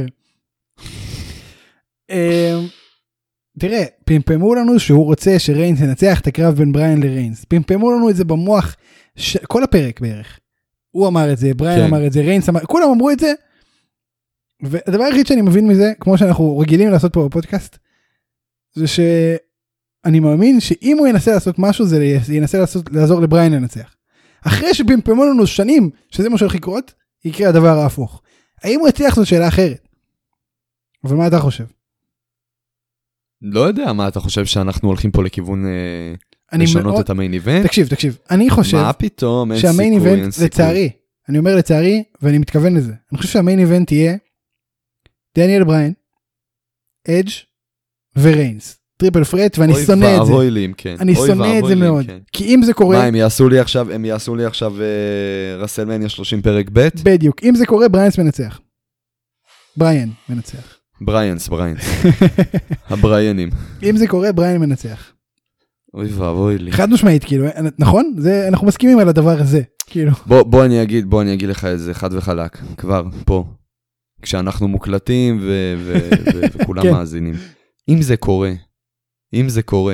תראה, פמפמו לנו שהוא רוצה שריינס ינצח את הקרב בין בריין לריינס. פמפמו לנו את זה במוח כל הפרק בערך. הוא אמר את זה, בריין אמר את זה, ריינס אמר, כולם אמרו את זה. והדבר היחיד שאני מבין מזה, כמו שאנחנו רגילים לעשות פה בפודקאסט, זה שאני מאמין שאם הוא ינסה לעשות משהו, זה ינסה לעזור לבריין לנצח. אחרי שפמפמו לנו שנים, שזה מה שהולך לקרות, יקרה הדבר ההפוך. האם הוא יצליח זאת שאלה אחרת? אבל מה אתה חושב? לא יודע, מה אתה חושב שאנחנו הולכים פה לכיוון לשנות את המיין איבנט? תקשיב, אני חושב מה פתאום, אין שהמיין סיכוי, איבנט, לצערי, אני אומר לצערי, ואני מתכוון לזה, אני חושב שהמיין איבנט יהיה דניאל בריין, אדג' וריינס, טריפל פרט, ואני שונא את זה. אני שונא את זה מאוד. כי אם זה קורה... מה, הם יעשו לי עכשיו רסלמניה 30 פרק ב'? בדיוק, אם זה קורה, בריינס מנצח. בריין מנצח. בריינס. הבריינים. אם זה קורה, בריין מנצח. אוי ואבוי לי. חד משמעית, כאילו, נכון? אנחנו מסכימים על הדבר הזה, כאילו. בוא אני אגיד לך את זה חד וחלק, כבר, פה. כשאנחנו מוקלטים וכולם מאזינים. אם זה קורה,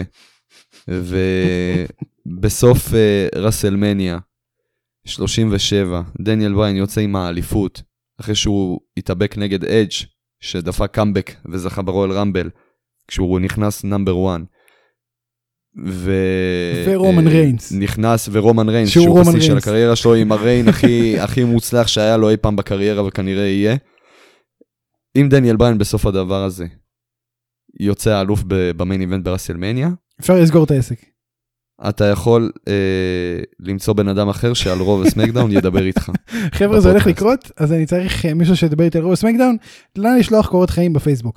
ובסוף רסלמניה 37, דניאל בריין יוצא עם האליפות, אחרי שהוא התאבק נגד אדג' שדפק קאמבק וזכה ברואל רמבל, כשהוא נכנס נאמבר 1. ורומן ריינס. נכנס ורומן ריינס, שהוא בשיא של הקריירה שלו, עם הריין הכי מוצלח שהיה לו אי פעם בקריירה, וכנראה יהיה. אם דניאל בריין בסוף הדבר הזה, יוצא האלוף במיין איבנט ברסלמניה, אפשר לסגור את העסק. אתה יכול למצוא בן אדם אחר שעל רוב הסמקדאון ידבר איתך. חבר'ה, זה הולך לקרות, אז אני צריך מישהו שידבר איתי על רוב הסמקדאון, לא לשלוח קורות חיים בפייסבוק.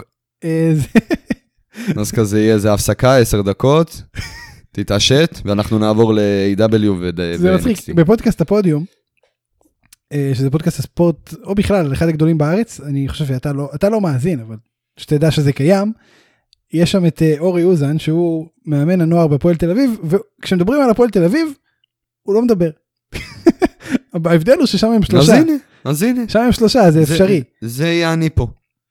אז כזה יהיה איזה הפסקה, 10 דקות, תתעשת, ואנחנו נעבור ל-AW ו-NXT. זה מצחיק, בפודקאסט הפודיום, שזה פודקאסט הספורט, או בכלל, אחד הגדולים בארץ, אני חושב שאתה לא מאזין, אבל שתדע שזה קיים, יש שם את אורי אוזן, שהוא מאמן הנוער בפועל תל אביב, וכשמדברים על הפועל תל אביב, הוא לא מדבר. ההבדל הוא ששם הם 3. אז הנה. שם הם 3, זה אפשרי. זה יהיה אני פה.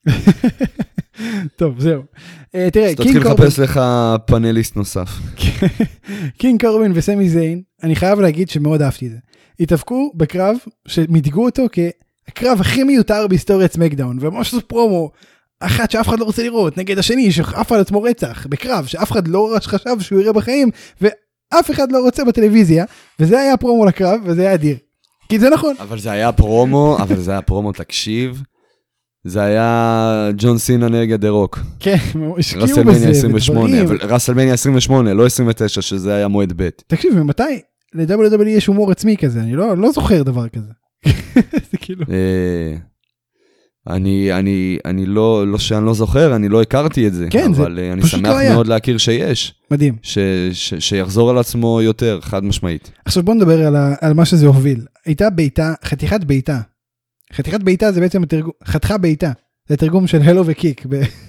טוב, זהו. תראה, אז תתחיל לחפש לך פאנליסט נוסף. קינג קורבין וסמי זיין, אני חייב להגיד שמאוד אהבתי את זה. התאבקו בקרב שמתגעו אותו כקרב הכי מיותר בהיסטוריית סמקדאון, וממש זו פרומו, אחת שאף אחד לא רוצה לראות, נגד השני שאף אחד עצמו רצח, בקרב שאף אחד לא חשב שהוא יראה בחיים, ואף אחד לא רוצה בטלוויזיה, וזה היה פרומו לקרב, וזה היה אדיר. כי זה נכון. אבל זה היה פרומו, תקשיב, זה היה ג'ון סינה נגד דה רוק. כן, השקיעו בזה. רסלמניה 28, לא 29, שזה היה מועד ב'. תקשיב, ממתי ל-WWE יש הומור עצמי כזה? אני לא זוכר דבר כזה. זה כאילו... אני לא זוכר, אני לא הכרתי את זה, כן, אבל אני שמח מאוד להכיר שיש. מדהים. שיחזור על עצמו יותר, חד משמעית. עכשיו בוא נדבר על מה שזה הוביל. הייתה ביתה, חתיכת ביתה. חתיכת ביתה זה בעצם חתיכה ביתה. זה תרגום של הלו וקיק.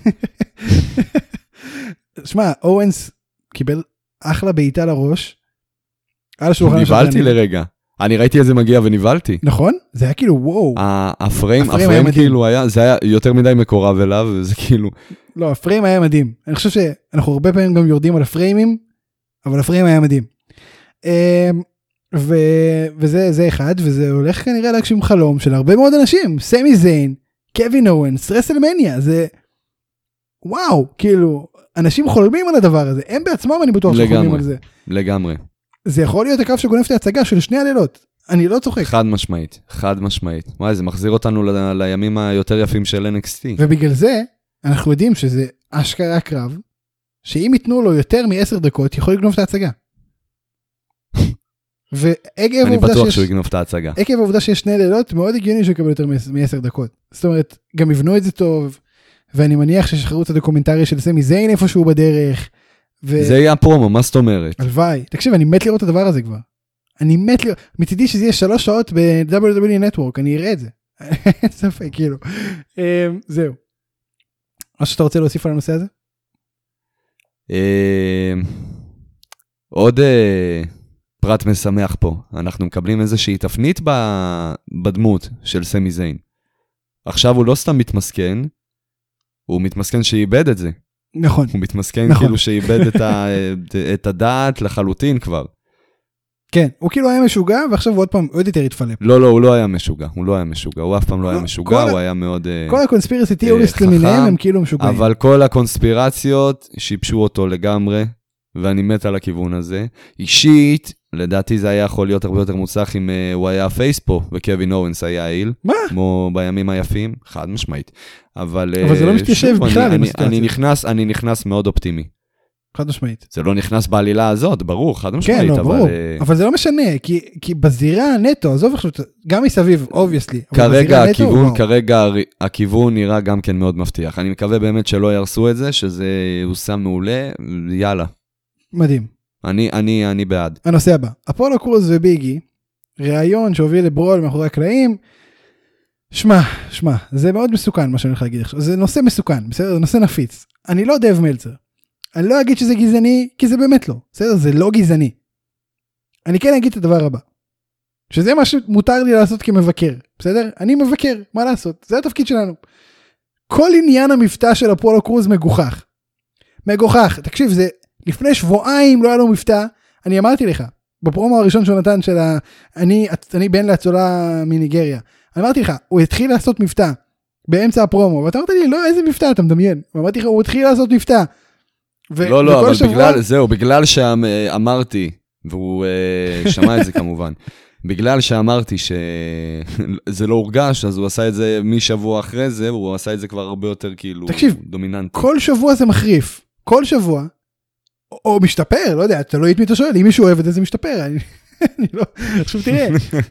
שמע, אורנס קיבל אחלה ביתה לראש. ניבלתי לרגע. אני ראיתי את זה מגיע וניבלתי. נכון? זה היה כאילו וואו. הפריים כאילו היה, זה היה יותר מדי מקורב אליו, זה כאילו... לא, הפריים היה מדהים. אני חושב שאנחנו הרבה פעמים גם יורדים על הפריימים, אבל הפריים היה מדהים. וזה אחד, וזה הולך כנראה להגשים חלום של הרבה מאוד אנשים. סמי זיין, קווין אורנס, רסלמניה, זה... וואו, כאילו, אנשים חולמים על הדבר הזה. הם בעצמם אני בטוח שחולמים על זה. לגמרי. זה יכול להיות הקרב שגונב את ההצגה של שני הלילות. אני לא צוחק. חד משמעית, חד משמעית. וואי, זה מחזיר אותנו לימים היותר יפים של NXT. ובגלל זה, אנחנו יודעים שזה אשכרה קרב, שאם ייתנו לו יותר מ10 דקות, יכול לגנוב את ההצגה. אני בטוח שהוא יגנוב את ההצגה. עקב העובדה שיש שני לילות, מאוד הגיוני שהוא יקבל יותר מ10 דקות. זאת אומרת, גם יבנו את זה טוב, ואני מניח ששחררו את הדוקומנטרי של סמי זיין איפשהו בדרך, זה יהיה הפרומו, מה זאת אומרת? הלוואי, תקשיב, אני מת לראות את הדבר הזה כבר. אני מת לראות, מצידי שזה יהיה 3 שעות ב-WWE Network, אני אראה את זה. אין ספק, כאילו. זהו. מה שאתה רוצה להוסיף על הנושא הזה? עוד פרט משמח פה. אנחנו מקבלים איזושהי תפנית בדמות של סמי זיין. עכשיו הוא לא סתם מתמסכן, הוא מתמסכן שאיבד את זה. נכון. הוא מתמסכן כאילו שאיבד את הדעת לחלוטין כבר. כן, הוא כאילו היה משוגע, ועכשיו הוא עוד פעם עוד יותר התפלפ. לא, הוא לא היה משוגע, הוא אף פעם לא היה משוגע, הוא היה מאוד כל הקונספירסי תיאוריסט למיניהם הם כאילו משוגעים. אבל כל הקונספירציות שיבשו אותו לגמרי, ואני מת על הכיוון הזה. אישית, לדעתי זה היה יכול להיות הרבה יותר מוצלח אם הוא היה פייס פה, וקווין אורנס היה איל. מה? כמו בימים היפים, חד משמעית. אבל זה לא מתיישב בכלל עם הסיטואציה. אני נכנס מאוד אופטימי. חד משמעית. זה לא נכנס בעלילה הזאת, ברור, חד משמעית. כן, לא, ברור. אבל זה לא משנה, כי בזירה נטו, עזוב עכשיו, גם מסביב, obviously. כרגע הכיוון נראה גם כן מאוד מבטיח. אני מקווה באמת שלא ירסו את זה, שזה הושם מעולה, יאללה. מדהים. אני בעד. הנושא הבא, אפולו קרוז וביגי, ראיון שהוביל לברול מאחורי הקלעים, שמע, זה מאוד מסוכן מה שאני הולך להגיד עכשיו, זה נושא מסוכן, בסדר? זה נושא נפיץ. אני לא דב מלצר. אני לא אגיד שזה גזעני, כי זה באמת לא. בסדר? זה לא גזעני. אני כן אגיד את הדבר הבא. שזה מה שמותר לי לעשות כמבקר. בסדר? אני מבקר, מה לעשות? זה התפקיד שלנו. כל עניין המבטא של אפולו קרוז מגוחך. מגוחך. תקשיב, זה לפני שבועיים לא היה לו מבטא. אני אמרתי לך, בפרומו הראשון שהוא נתן של אני בן לאצולה מניגריה. אני אמרתי לך, הוא התחיל לעשות מבטא באמצע הפרומו, ואתה אמרת לי, לא, איזה מבטא אתה מדמיין? ואמרתי לך, הוא התחיל לעשות מבטא. לא, אבל בגלל שאמרתי, והוא שמע את זה כמובן, בגלל שאמרתי שזה לא הורגש, אז הוא עשה את זה משבוע אחרי זה, והוא עשה את זה כבר הרבה יותר כאילו דומיננטי. כל שבוע זה מחריף, כל שבוע, או משתפר, לא יודע, אתה לא היית מי אתה שואל, אם מישהו אוהב את זה, זה משתפר, אני לא, עכשיו תראה.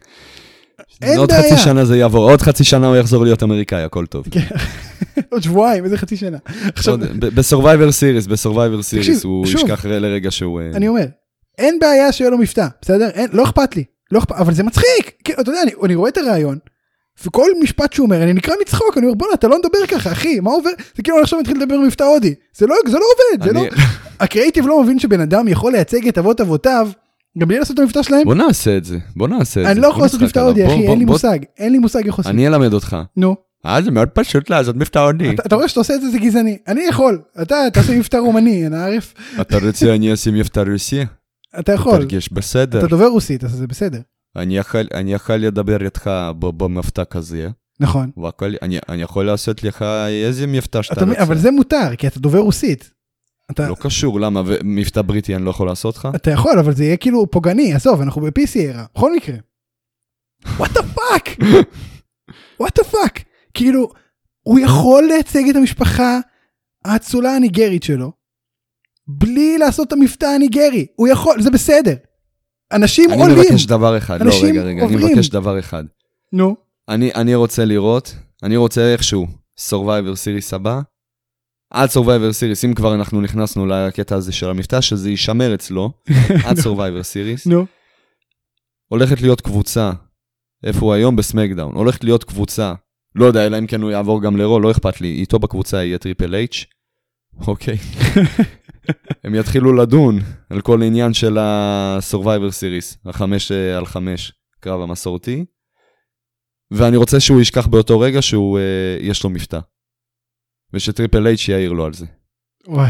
עוד חצי שנה זה יעבור, עוד חצי שנה הוא יחזור להיות אמריקאי, הכל טוב. עוד שבועיים, איזה חצי שנה. בסורווייבר סיריס, הוא ישכח לרגע שהוא... אני אומר, אין בעיה שיהיה לו מבטא, בסדר? לא אכפת לי, אבל זה מצחיק. אתה יודע, אני רואה את הרעיון, וכל משפט שהוא אומר, אני נקרא מצחוק, אני אומר, בוא, אתה לא מדבר ככה, אחי, מה עובר? זה כאילו עכשיו מתחיל לדבר מבטא הודי. זה לא עובד, הקריאיטיב לא מבין שבן אדם יכול לייצג את אבותיו, גם בלי לעשות את המבטא שלהם? בוא נעשה את זה. אני לא יכול לעשות מבטא הודי, אחי, אין לי מושג איך עושים. אני אלמד אותך. נו. זה מאוד פשוט לעשות מבטא הודי. אתה רואה שאתה עושה את זה, זה גזעני. אני יכול. אתה עושה מבטא רומני, אני עارف. אתה רוצה אני אעשה מבטא רוסי? אתה יכול. תרגיש בסדר. אתה דובר רוסית, אז זה בסדר. אני יכול לדבר איתך במבטא כזה. נכון. אני יכול לעשות לך איזה מבטא שאתה רוצה. אבל זה מותר, כי אתה דובר רוסית. לא קשור, למה? מבטא בריטי אני לא יכול לעשות לך? אתה יכול, אבל זה יהיה כאילו פוגעני, עזוב, אנחנו ב-PC era, בכל מקרה. What the fuck? What the fuck? כאילו, הוא יכול לייצג את המשפחה האצולה הניגרית שלו, בלי לעשות את המבטא הניגרי, הוא יכול, זה בסדר. אנשים עולים. אני מבקש דבר אחד, לא רגע, אני מבקש דבר אחד. נו. אני רוצה איכשהו Survivor Series הבא, עד Survivor Series, אם כבר אנחנו נכנסנו לקטע הזה של המבטא, שזה יישמר אצלו, עד Survivor Series, הולכת להיות קבוצה, איפה הוא היום? בסמקדאון, הולכת להיות קבוצה, לא יודע, אלא אם כן הוא יעבור גם לרו, לא אכפת לי, איתו בקבוצה יהיה טריפל H, אוקיי. הם יתחילו לדון על כל עניין של ה-Survivor Series, 5-5, קרב המסורתי, ואני רוצה שהוא ישכח באותו רגע שהוא יש לו מבטא. ושטריפל H יעיר לו על זה. וואי.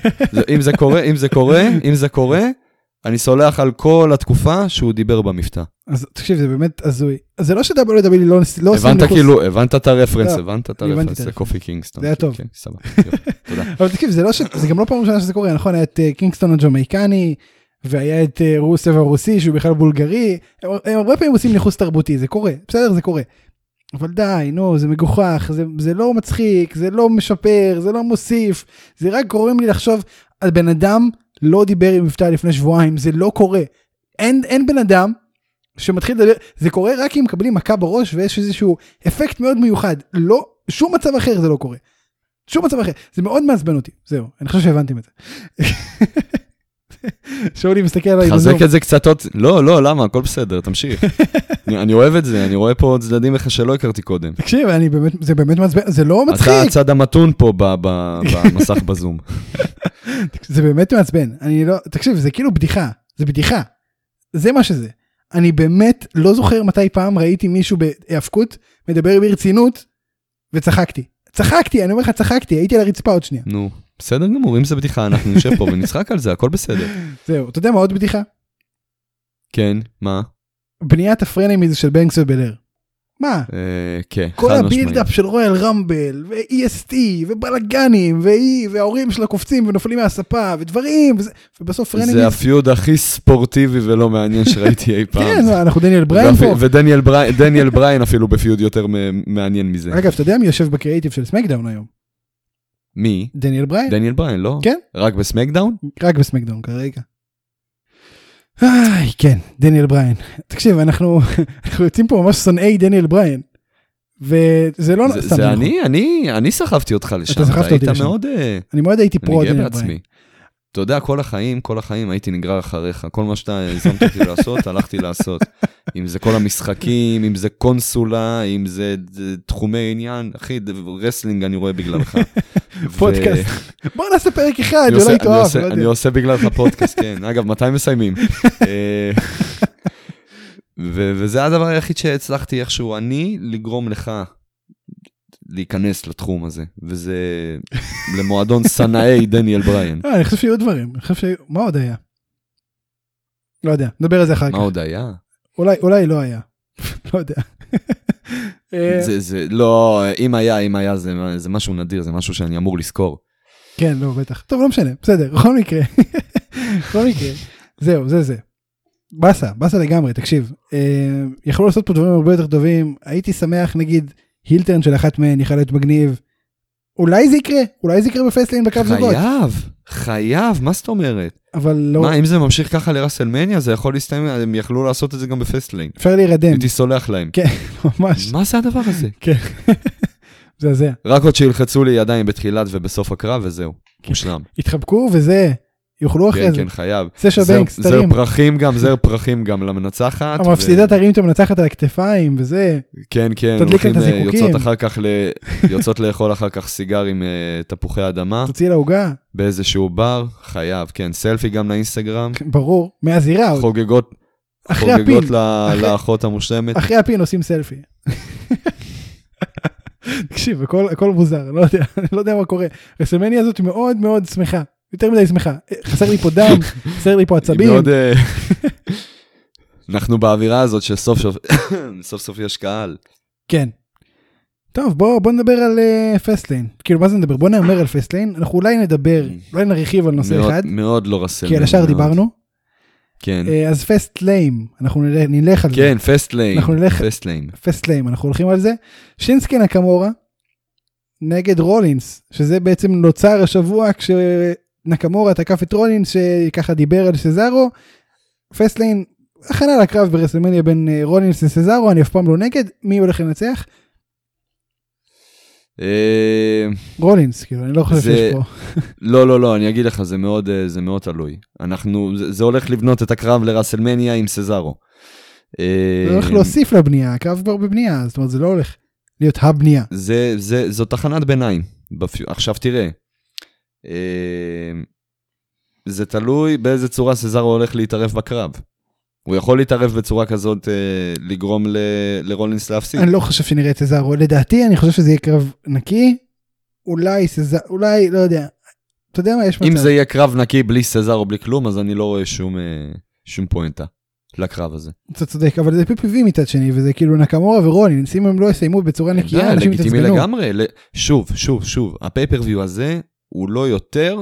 אם זה קורה, אני סולח על כל התקופה שהוא דיבר במבטא. אז תקשיב, זה באמת הזוי. אז זה לא ש-WWE לא עושים מחוץ... הבנת את הרפרנס, זה קופי קינגסטון. זה היה טוב. סבבה, תודה. אבל תקשיב, זה גם לא פעם ראשונה שזה קורה, נכון? היה את קינגסטון הג'מייקני, והיה את רוסב הרוסי, שהוא בכלל בולגרי. הם הרבה פעמים עושים ניחוס תרבותי, זה קורה, בסדר, זה קורה. אבל די, נו, זה מגוחך, זה לא מצחיק, זה לא משפר, זה לא מוסיף, זה רק גורם לי לחשוב על בן אדם לא דיבר עם מבטא לפני שבועיים, זה לא קורה. אין בן אדם שמתחיל לדבר, זה קורה רק אם מקבלים מכה בראש, ויש איזשהו אפקט מאוד מיוחד. לא, שום מצב אחר זה לא קורה. שום מצב אחר. זה מאוד מעצבן אותי. זהו, אני חושב שהבנתם את זה. שאולי מסתכל עליי. חזק את זה קצת עוד, לא, למה? הכל בסדר, תמשיך. אני אוהב את זה, אני רואה פה עוד צדדים איך שלא הכרתי קודם. תקשיב, זה באמת מעצבן, זה לא מצחיק. אתה הצד המתון פה במסך בזום. זה באמת מעצבן. תקשיב, זה כאילו בדיחה, זה בדיחה. זה מה שזה. אני באמת לא זוכר מתי פעם ראיתי מישהו בהאבקות, מדבר ברצינות, וצחקתי. אני אומר לך, צחקתי, הייתי על הרצפה עוד שנייה. נו, בסדר גמור, אם זה בדיחה, אנחנו נשב פה ונצחק על זה, הכל בסדר. זהו, אתה יודע מה עוד בדיחה? כן, מה? בניית הפרנמיז של בנקס ובלר. מה? כן, כל הבילדאפ של רויאל רמבל, ו-EST, ובלגנים, וההורים של הקופצים ונופלים מהספה, ודברים, ובסוף פרנמיז... זה הפיוד הכי ספורטיבי ולא מעניין שראיתי אי פעם. כן, אנחנו דניאל בריין פה. ודניאל בריין אפילו בפיוד יותר מעניין מזה. אגב, אתה יודע מי יושב בקריאיטיב של סמקדאון היום? מי? דניאל בריין. דניאל בריין, לא? כן. רק בסמקדאון? רק בסמקדאון, כרגע. כן, דניאל בריין. תקשיב, אנחנו יוצאים פה ממש שונאי דניאל בריין. וזה לא... זה אני סחבתי אותך לשם. אתה סחבת אותי לשם. אני מאוד הייתי פרו דניאל בריין. אתה יודע, כל החיים הייתי נגרר אחריך. כל מה שאתה הזמת אותי לעשות, הלכתי לעשות. אם זה כל המשחקים, אם זה קונסולה, אם זה תחומי עניין, אחי, רסלינג אני רואה בגללך. פודקאסט. בוא נעשה פרק אחד, אולי תאהב. אני עושה בגללך פודקאסט, כן. אגב, מתי מסיימים? וזה הדבר היחיד שהצלחתי איכשהו, אני לגרום לך להיכנס לתחום הזה, וזה למועדון סנאי דניאל בריין. אני חושב שיהיו דברים, מה עוד היה? לא יודע, נדבר על זה אחר כך. מה עוד היה? אולי לא היה, לא יודע. לא, אם היה, זה משהו נדיר, זה משהו שאני אמור לזכור. כן, לא, בטח. טוב, לא משנה, בסדר, בכל מקרה. זהו, זה. בסה לגמרי, תקשיב. יכלו לעשות פה דברים הרבה יותר טובים, הייתי שמח, נגיד, הילטרן של אחת מהן יכול להיות מגניב. אולי זה יקרה בפסטליין בקו זוגות. חייב, מה זאת אומרת? אבל לא... מה, אם זה ממשיך ככה לרסלמניה, זה יכול להסתיים, הם יכלו לעשות את זה גם בפסטליין. אפשר להירדם. הייתי סולח להם. כן, ממש. מה זה הדבר הזה? כן. זה. רק עוד שילחצו לי ידיים בתחילת ובסוף הקרב, וזהו. מושלם. התחבקו וזה... יוכלו אחרי זה. כן, חייב. זר פרחים גם למנצחת. המפסידה תרים את המנצחת על הכתפיים וזה. כן, יוצאות לאכול אחר כך סיגר עם תפוחי אדמה. תוציא להוגה. באיזשהו בר, חייב, כן, סלפי גם לאינסטגרם. ברור, מהזירה. חוגגות לאחות המושלמת. אחרי הפין עושים סלפי. תקשיב, הכל מוזר, לא יודע מה קורה. רסלמניה הזאת מאוד מאוד שמחה. יותר מדי שמחה, חסר לי פה דם, חסר לי פה עצבים. אנחנו באווירה הזאת שסוף סוף יש קהל. כן. טוב, בוא נדבר על פסטליין. כאילו, מה זה נדבר? בוא נאמר על פסטליין, אנחנו אולי נרחיב על נושא אחד. מאוד לא רסל. כי על השאר דיברנו. כן. אז פסטליים, אנחנו נלך על זה. כן, פסטליים. אנחנו הולכים על זה. שינסקי נקמורה, נגד רולינס, שזה בעצם נוצר השבוע נקמורה תקף את רולינס שככה דיבר על סזארו, פסטליין הכנה לקרב ברסלמניה בין רולינס וסזארו, אני אף פעם לא נגד, מי הולך לנצח? רולינס, כאילו, אני לא חושב שיש פה. לא, אני אגיד לך, זה מאוד תלוי. זה הולך לבנות את הקרב לרסלמניה עם סזארו. זה הולך להוסיף לבנייה, הקרב כבר בבנייה, זאת אומרת, זה לא הולך להיות הבנייה. זו תחנת ביניים. עכשיו תראה, זה תלוי באיזה צורה סזארו הולך להתערב בקרב. הוא יכול להתערב בצורה כזאת, לגרום לרולינס להפסיד. אני לא חושב שנראה את סזארו. לדעתי, אני חושב שזה יהיה קרב נקי. אולי, לא יודע. אתה יודע מה, יש מצב. אם זה יהיה קרב נקי בלי סזארו, בלי כלום, אז אני לא רואה שום פואנטה לקרב הזה. אתה צודק, אבל זה PPV מצד שני, וזה כאילו נקמורה ורולינס, אם הם לא יסיימו בצורה נקייה, אנשים יתעצבנו. לגיטימי לגמרי. שוב, הפייפריוויו הזה הוא לא יותר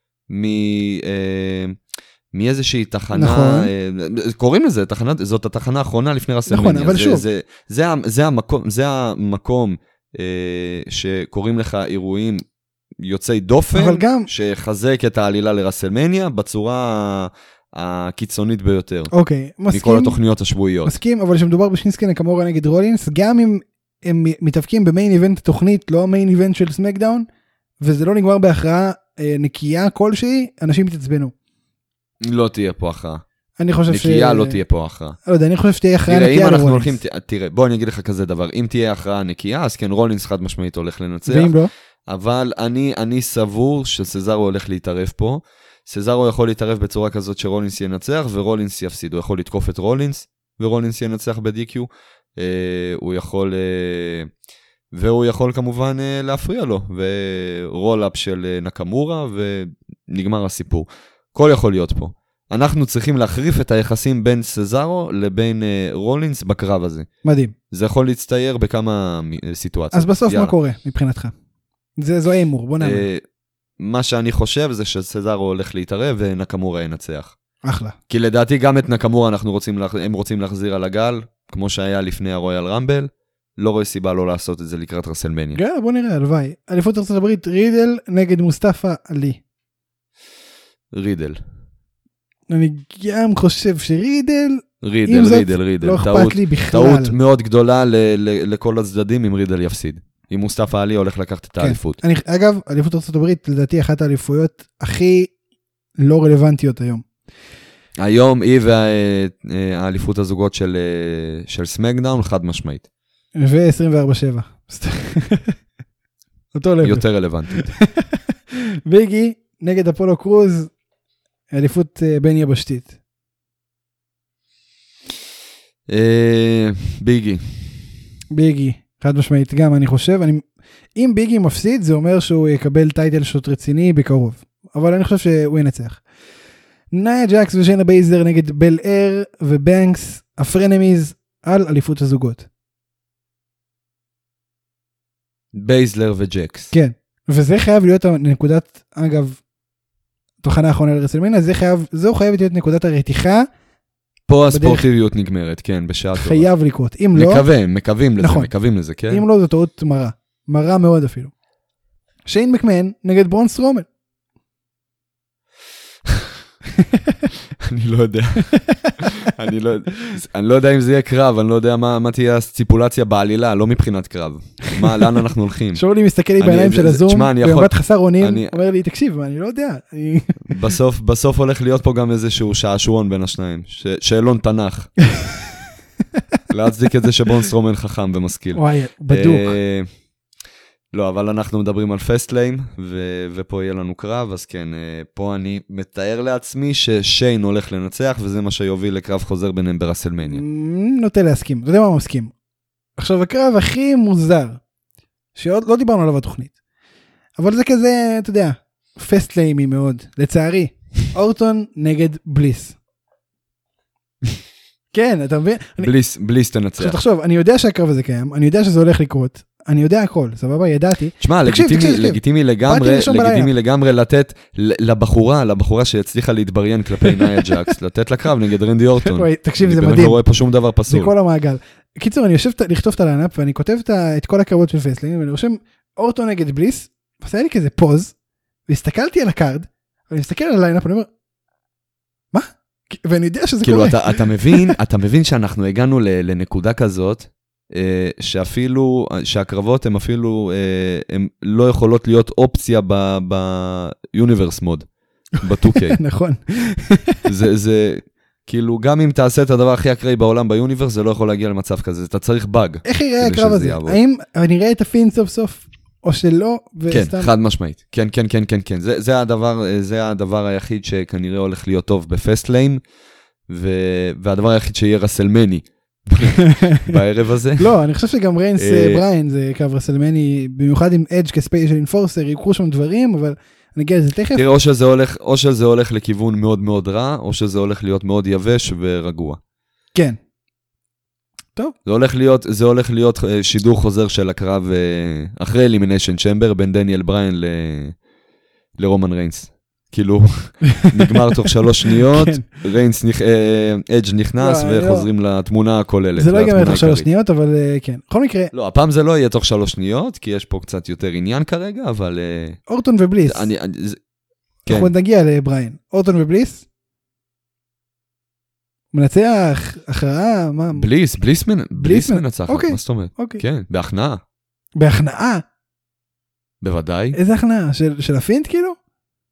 מאיזושהי תחנה, נכון. קוראים לזה, זאת התחנה האחרונה לפני רסלמניה. נכון, אבל שוב. זה המקום שקוראים לך אירועים יוצאי דופן, שחזק את העלילה לרסלמניה בצורה הקיצונית ביותר. אוקיי, מסכים. מכל התוכניות השבועיות. מסכים, אבל שמדובר בשנינסקי נקמורה נגד רולינס, גם אם הם מתאבקים במיין איבנט התוכנית, לא המיין איבנט של סמקדאון, וזה לא נגמר בהכרעה נקייה כלשהי, אנשים יתעצבנו. לא תהיה פה הכרעה. אני חושב נקייה לא תהיה פה הכרעה. לא יודע, אני חושב שתהיה הכרעה נקייה לרולינס. תראה, בוא אני אגיד לך כזה דבר, אם תהיה הכרעה נקייה, אז כן, רולינס חד משמעית הולך לנצח. ואם לא? אבל אני סבור שסזארו הולך להתערב פה. סזארו יכול להתערב בצורה כזאת שרולינס ינצח, ורולינס יפסיד. הוא יכול לתקוף את רולינס, ורולינס ינצח ב-DQ. והוא יכול כמובן להפריע לו, ורול-אפ של נקמורה, ונגמר הסיפור. הכל יכול להיות פה. אנחנו צריכים להחריף את היחסים בין סזארו לבין רולינס בקרב הזה. מדהים. זה יכול להצטייר בכמה סיטואציות. אז בסוף מה קורה מבחינתך? זו האימור, בוא נאמר. מה שאני חושב זה שסזארו הולך להתערב ונקמורה ינצח. אחלה. כי לדעתי גם את נקמורה הם רוצים להחזיר על הגל, כמו שהיה לפני הרויאל רמבל. לא רואה סיבה לא לעשות את זה לקראת רסלמניה. כן, בוא נראה, הלוואי. אליפות ארצות הברית, רידל נגד מוסטפא עלי. רידל. אני גם חושב שרידל, רידל. לא אכפת לי בכלל. טעות מאוד גדולה לכל הצדדים אם רידל יפסיד. אם מוסטפא עלי הולך לקחת את האליפות. אגב, אליפות ארצות הברית, לדעתי אחת האליפויות הכי לא רלוונטיות היום. היום היא והאליפות הזוגות של סמקדאון חד משמעית. ו-24/7. אותו לב. יותר רלוונטית. ביגי נגד אפולו קרוז, אליפות בין יבשתית. ביגי, חד משמעית גם אני חושב, אם ביגי מפסיד זה אומר שהוא יקבל טייטל שוט רציני בקרוב, אבל אני חושב שהוא ינצח. נאיה ג'קס ושיינה בייזלר נגד בל אר ובנקס, הפרנמיז על אליפות הזוגות. בייזלר וג'קס. כן, וזה חייב להיות נקודת, אגב, תוכנה האחרונה לרסלמניה, זו חייבת להיות נקודת הרתיחה. פה הספורטיביות נגמרת, כן, בשעה טובה. חייב לקרות, אם לא... מקווים לזה, כן. אם לא, זו טעות מרה מאוד אפילו. שיין מקמן נגד ברון סטרומן. אני לא יודע אם זה יהיה קרב, אני לא יודע מה תהיה הסטיפולציה בעלילה, לא מבחינת קרב. לאן אנחנו הולכים? שאולי מסתכל לי בעיניים של הזום, במבט חסר אונים, אומר לי, תקשיב, אני לא יודע. בסוף הולך להיות פה גם איזשהו שעשועון בין השניים, שאלון תנ"ך. להצדיק את זה שברון סטרומן חכם ומשכיל. וואי, בדוק. לא, אבל אנחנו מדברים על פסטליים, ופה יהיה לנו קרב, אז כן, פה אני מתאר לעצמי ששיין הולך לנצח, וזה מה שיוביל לקרב חוזר ביניהם ברסלמניה. נוטה להסכים, אתה יודע מה מסכים. עכשיו, הקרב הכי מוזר, שעוד לא דיברנו עליו בתוכנית, אבל זה כזה, אתה יודע, פסטליימי מאוד, לצערי, אורטון נגד בליס. כן, אתה מבין? בליס תנצח. עכשיו תחשוב, אני יודע שהקרב הזה קיים, אני יודע שזה הולך לקרות, אני יודע הכל, סבבה, ידעתי. תשמע, לגיטימי לגמרי לתת לבחורה שהצליחה להתבריין כלפי נאיה ג'קס, לתת לקרב נגד רנדי אורטון. תקשיב, זה מדהים. אני באמת לא רואה פה שום דבר פסול. זה כל המעגל. קיצור, אני יושב לכתוב את הליינאפ, ואני כותב את כל הקרבות של פסלינג, ואני רושם אורטון נגד בליס, ועשה לי כזה פוז, והסתכלתי על הקארד, ואני מסתכל על הליינאפ, ואני אומר, מה? ואני יודע שזה כאילו, קורה. אתה מבין שאנחנו הגענו לנקודה כזאת, שאפילו, שהקרבות הם אפילו, הם לא יכולות להיות אופציה ביוניברס מוד, ב-2K. נכון. זה, כאילו, גם אם תעשה את הדבר הכי אקראי בעולם ביוניברס, זה לא יכול להגיע למצב כזה, אתה צריך באג. איך יראה הקרב הזה? האם אני אראה את הפין סוף סוף, או שלא? כן, חד משמעית. כן. זה הדבר היחיד שכנראה הולך להיות טוב בפסטליין, והדבר היחיד שיהיה רסלמני בערב הזה. לא, אני חושב שגם ריינס בריין זה קרב רסלמני, במיוחד עם אדג' כספיישל אינפורסר, יקחו שם דברים, אבל אני אגיע לזה תכף. תראה, או שזה הולך לכיוון מאוד מאוד רע, או שזה הולך להיות מאוד יבש ורגוע. כן. טוב. זה הולך להיות שידור חוזר של הקרב אחרי אלימיניישן צ'מבר, בין דניאל בריין לרומן ריינס. כאילו, נגמר תוך 3 שניות, ריינס, אדג' נכנס, וחוזרים לתמונה הכוללת. זה לא ייגמר תוך 3 שניות, אבל כן. בכל מקרה... לא, הפעם זה לא יהיה תוך 3 שניות, כי יש פה קצת יותר עניין כרגע, אבל... אורטון ובליס. אנחנו נגיע לבריין. אורטון ובליס? מנצח, הכרעה, מה? בליס מנצח, מה זאת אומרת? כן, בהכנעה. בהכנעה? בוודאי. איזה הכנעה? של הפינט כאילו?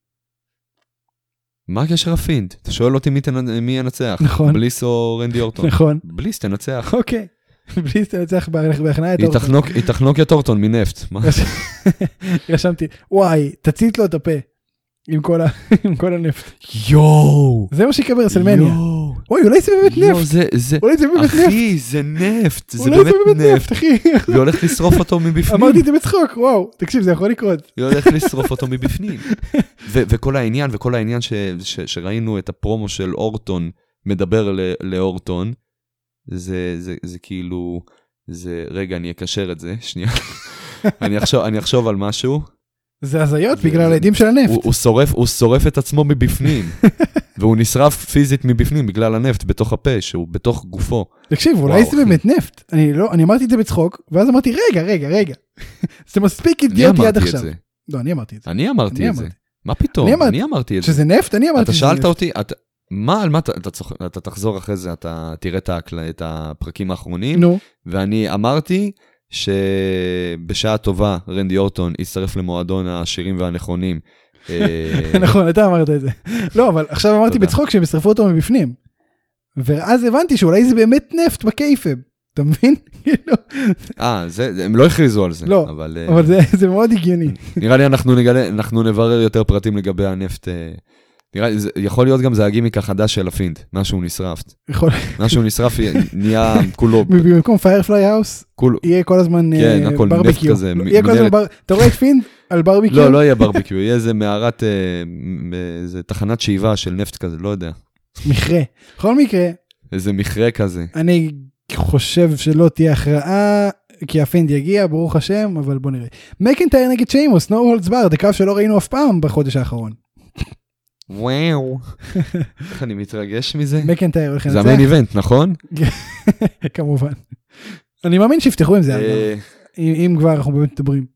מה הקשר הפינט? אתה שואל אותי מי ינצח? נכון. בליס או רנדי אורטון? נכון. בליס תנצח. אוקיי. בליס תנצח בהכנעה את אורטון. היא תחנוק את אורטון מנפט. רשמתי, וואי, תצית לו את הפה. עם כל הנפט. יואו. זה מה שיקרה ברסלמניה. אוי, אולי זה באמת נפט. אולי זה באמת נפט. אחי, זה נפט. זה באמת נפט, אחי. היא הולכת לשרוף אותו מבפנים. אמרתי את זה בצחוק, וואו. תקשיב, זה יכול לקרות. היא הולכת לשרוף אותו מבפנים. וכל העניין שראינו את הפרומו של אורטון מדבר לאורטון, זה כאילו, רגע, אני אקשר את זה, שנייה. אני אחשוב על משהו. זה הזיות בגלל העדים של הנפט. הוא שורף את עצמו מבפנים, והוא נשרף פיזית מבפנים בגלל הנפט בתוך הפה, שהוא בתוך גופו. תקשיב, אולי זה באמת נפט. אני אמרתי את זה בצחוק, ואז אמרתי, רגע. זה מספיק אידיוטי עד עכשיו. לא, אני אמרתי את זה. אני אמרתי את זה. מה פתאום? אני אמרתי את זה. שזה נפט, אני אמרתי את זה. אתה שאלת אותי, על מה אתה תחזור אחרי זה, אתה תראה את הפרקים האחרונים, ואני אמרתי שבשעה טובה רנדי אורטון יצטרף למועדון השירים והנכונים. נכון, אתה אמרת את זה. לא, אבל עכשיו אמרתי בצחוק שהם ישרפו אותו מבפנים. ואז הבנתי שאולי זה באמת נפט בקייפם. אתה מבין? הם לא הכריזו על זה. לא, אבל זה מאוד הגיוני. נראה לי אנחנו נברר יותר פרטים לגבי הנפט. יכול להיות גם זה הגימיק החדש של הפינד, משהו נשרף. משהו נשרף נהיה כולו... במקום פיירפליי האוס, יהיה כל הזמן ברביקיו. אתה רואה את פינד על ברביקיו? לא יהיה ברביקיו, יהיה איזה מערת, איזה תחנת שאיבה של נפט כזה, לא יודע. מכרה. בכל מקרה... איזה מכרה כזה. אני חושב שלא תהיה הכרעה, כי הפינד יגיע, ברוך השם, אבל בוא נראה. מקינטייר נגד שיימוס, נו הולדס בארד, הקרב שלא ראינו אף פעם בחודש האחרון. וואו, איך אני מתרגש מזה? מקינטייר הולך לנצח. זה המיין איבנט, נכון? כמובן. אני מאמין שיפתחו עם זה, אם כבר אנחנו באמת מדברים.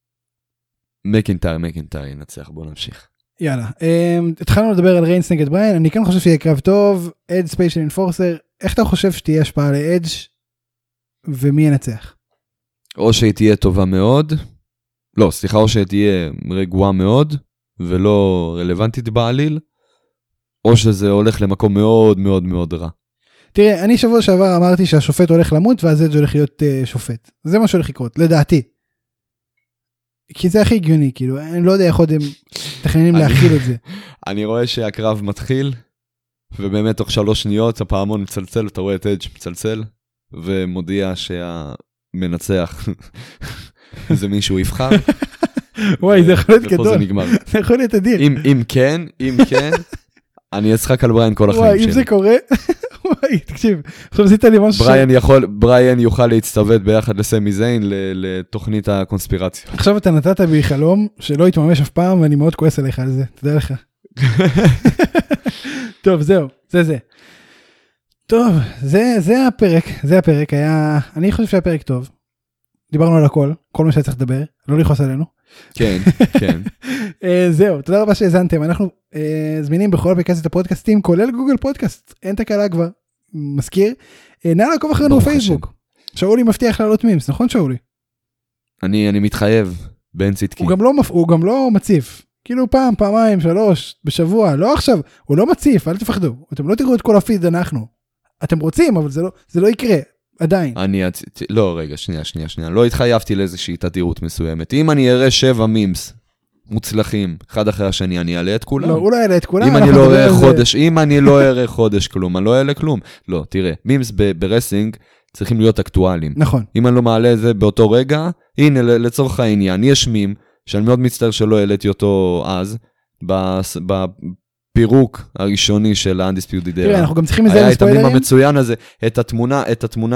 מקינטייר ינצח, בואו נמשיך. יאללה, התחלנו לדבר על ריינס נגד בריין, אני כן חושב שיהיה קרב טוב, אדג' ספיישל אינפורסר, איך אתה חושב שתהיה השפעה לאדג' ומי ינצח? או שהיא תהיה טובה מאוד, לא, סליחה, או שהיא תהיה רגועה מאוד, ולא רלוונטית בעליל, או שזה הולך למקום מאוד מאוד מאוד רע. תראה, אני שבוע שעבר אמרתי שהשופט הולך למות, ואז זה הולך להיות שופט. זה מה שהולך לקרות, לדעתי. כי זה הכי הגיוני, כאילו, אני לא יודע איך עוד הם תכננים להכיל את זה. אני רואה שהקרב מתחיל, ובאמת תוך 3 שניות הפעמון מצלצל, אתה רואה את אדג' מצלצל, ומודיע שהמנצח זה מישהו יבחר. וואי, זה יכול להיות גדול. ופה זה נגמר. זה יכול להיות אדיר. אם כן, אני אצחק על בריין כל החיים שלי. וואי, אם זה קורה, וואי, תקשיב, עכשיו עשית לי משהו בריין יוכל להצטוות ביחד לסמי זיין לתוכנית הקונספירציה. עכשיו אתה נתת בי חלום שלא יתממש אף פעם, ואני מאוד כועס עליך על זה, תדע לך. טוב, זהו, זה. טוב, זה הפרק היה, אני חושב שהיה פרק טוב. דיברנו על הכל, כל מה שצריך לדבר, לא לכעוס עלינו. כן, כן. זהו, תודה רבה שהזנתם, אנחנו זמינים בכל אפליקציות הפודקאסטים, כולל גוגל פודקאסט, אין תקלה כבר, מזכיר. נא לעקוב אחרינו בפייסבוק. שאולי מבטיח לעלות מימס, נכון שאולי? אני מתחייב, בן צדקי. הוא גם לא מציף, כאילו פעם, פעמיים, 3 בשבוע, לא עכשיו, הוא לא מציף, אל תפחדו, אתם לא תראו את כל הפיד אנחנו. אתם רוצים, אבל זה לא יקרה. עדיין. לא, רגע, שנייה. לא התחייבתי לאיזושהי תדירות מסוימת. אם אני אראה 7 מימס מוצלחים, אחד אחרי השני, אני אעלה את כולם. לא, הוא לא יעלה את כולם. אם אני לא אראה חודש כלום, אני לא אעלה כלום. לא, תראה, מימס ברסינג צריכים להיות אקטואליים. נכון. אם אני לא מעלה את זה באותו רגע, הנה, לצורך העניין, יש מים, שאני מאוד מצטער שלא העליתי אותו אז, פירוק הראשוני של ה-Undisputed Era. אנחנו גם צריכים לזה היה את המים המצוין הזה, את התמונה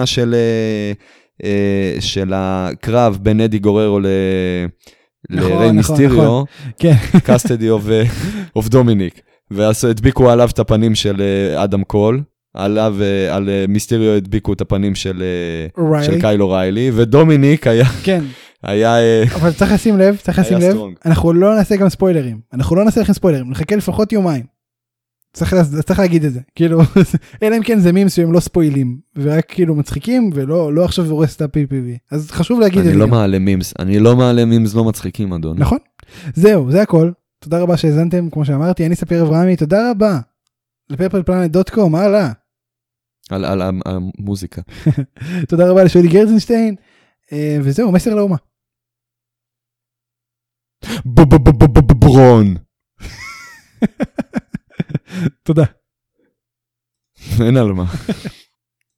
של הקרב בין אדי גוררו לריי מיסטיריו, קאסטדי אוף דומיניק, והדביקו עליו את הפנים של אדם קול, על מיסטיריו הדביקו את הפנים של קייל אוריילי, ודומיניק היה... אבל צריך לשים לב, אנחנו לא נעשה גם ספוילרים, נחכה לפחות יומיים. צריך להגיד את זה, כאילו, אלא אם כן זה מימס שהם לא ספוילים, ורק כאילו מצחיקים, ולא עכשיו הורס את ה-PPV. אז חשוב להגיד את זה. אני לא מעלה מימס לא מצחיקים, אדון. נכון. זהו, זה הכל. תודה רבה שהזנתם, כמו שאמרתי, אני ספיר אברהמי, תודה רבה. לפרפלפלנט.com, הלאה. על המוזיקה. תודה רבה לשולי גרזנשטיין, וזהו, מסר לאומה. ברון. תודה. אין על מה.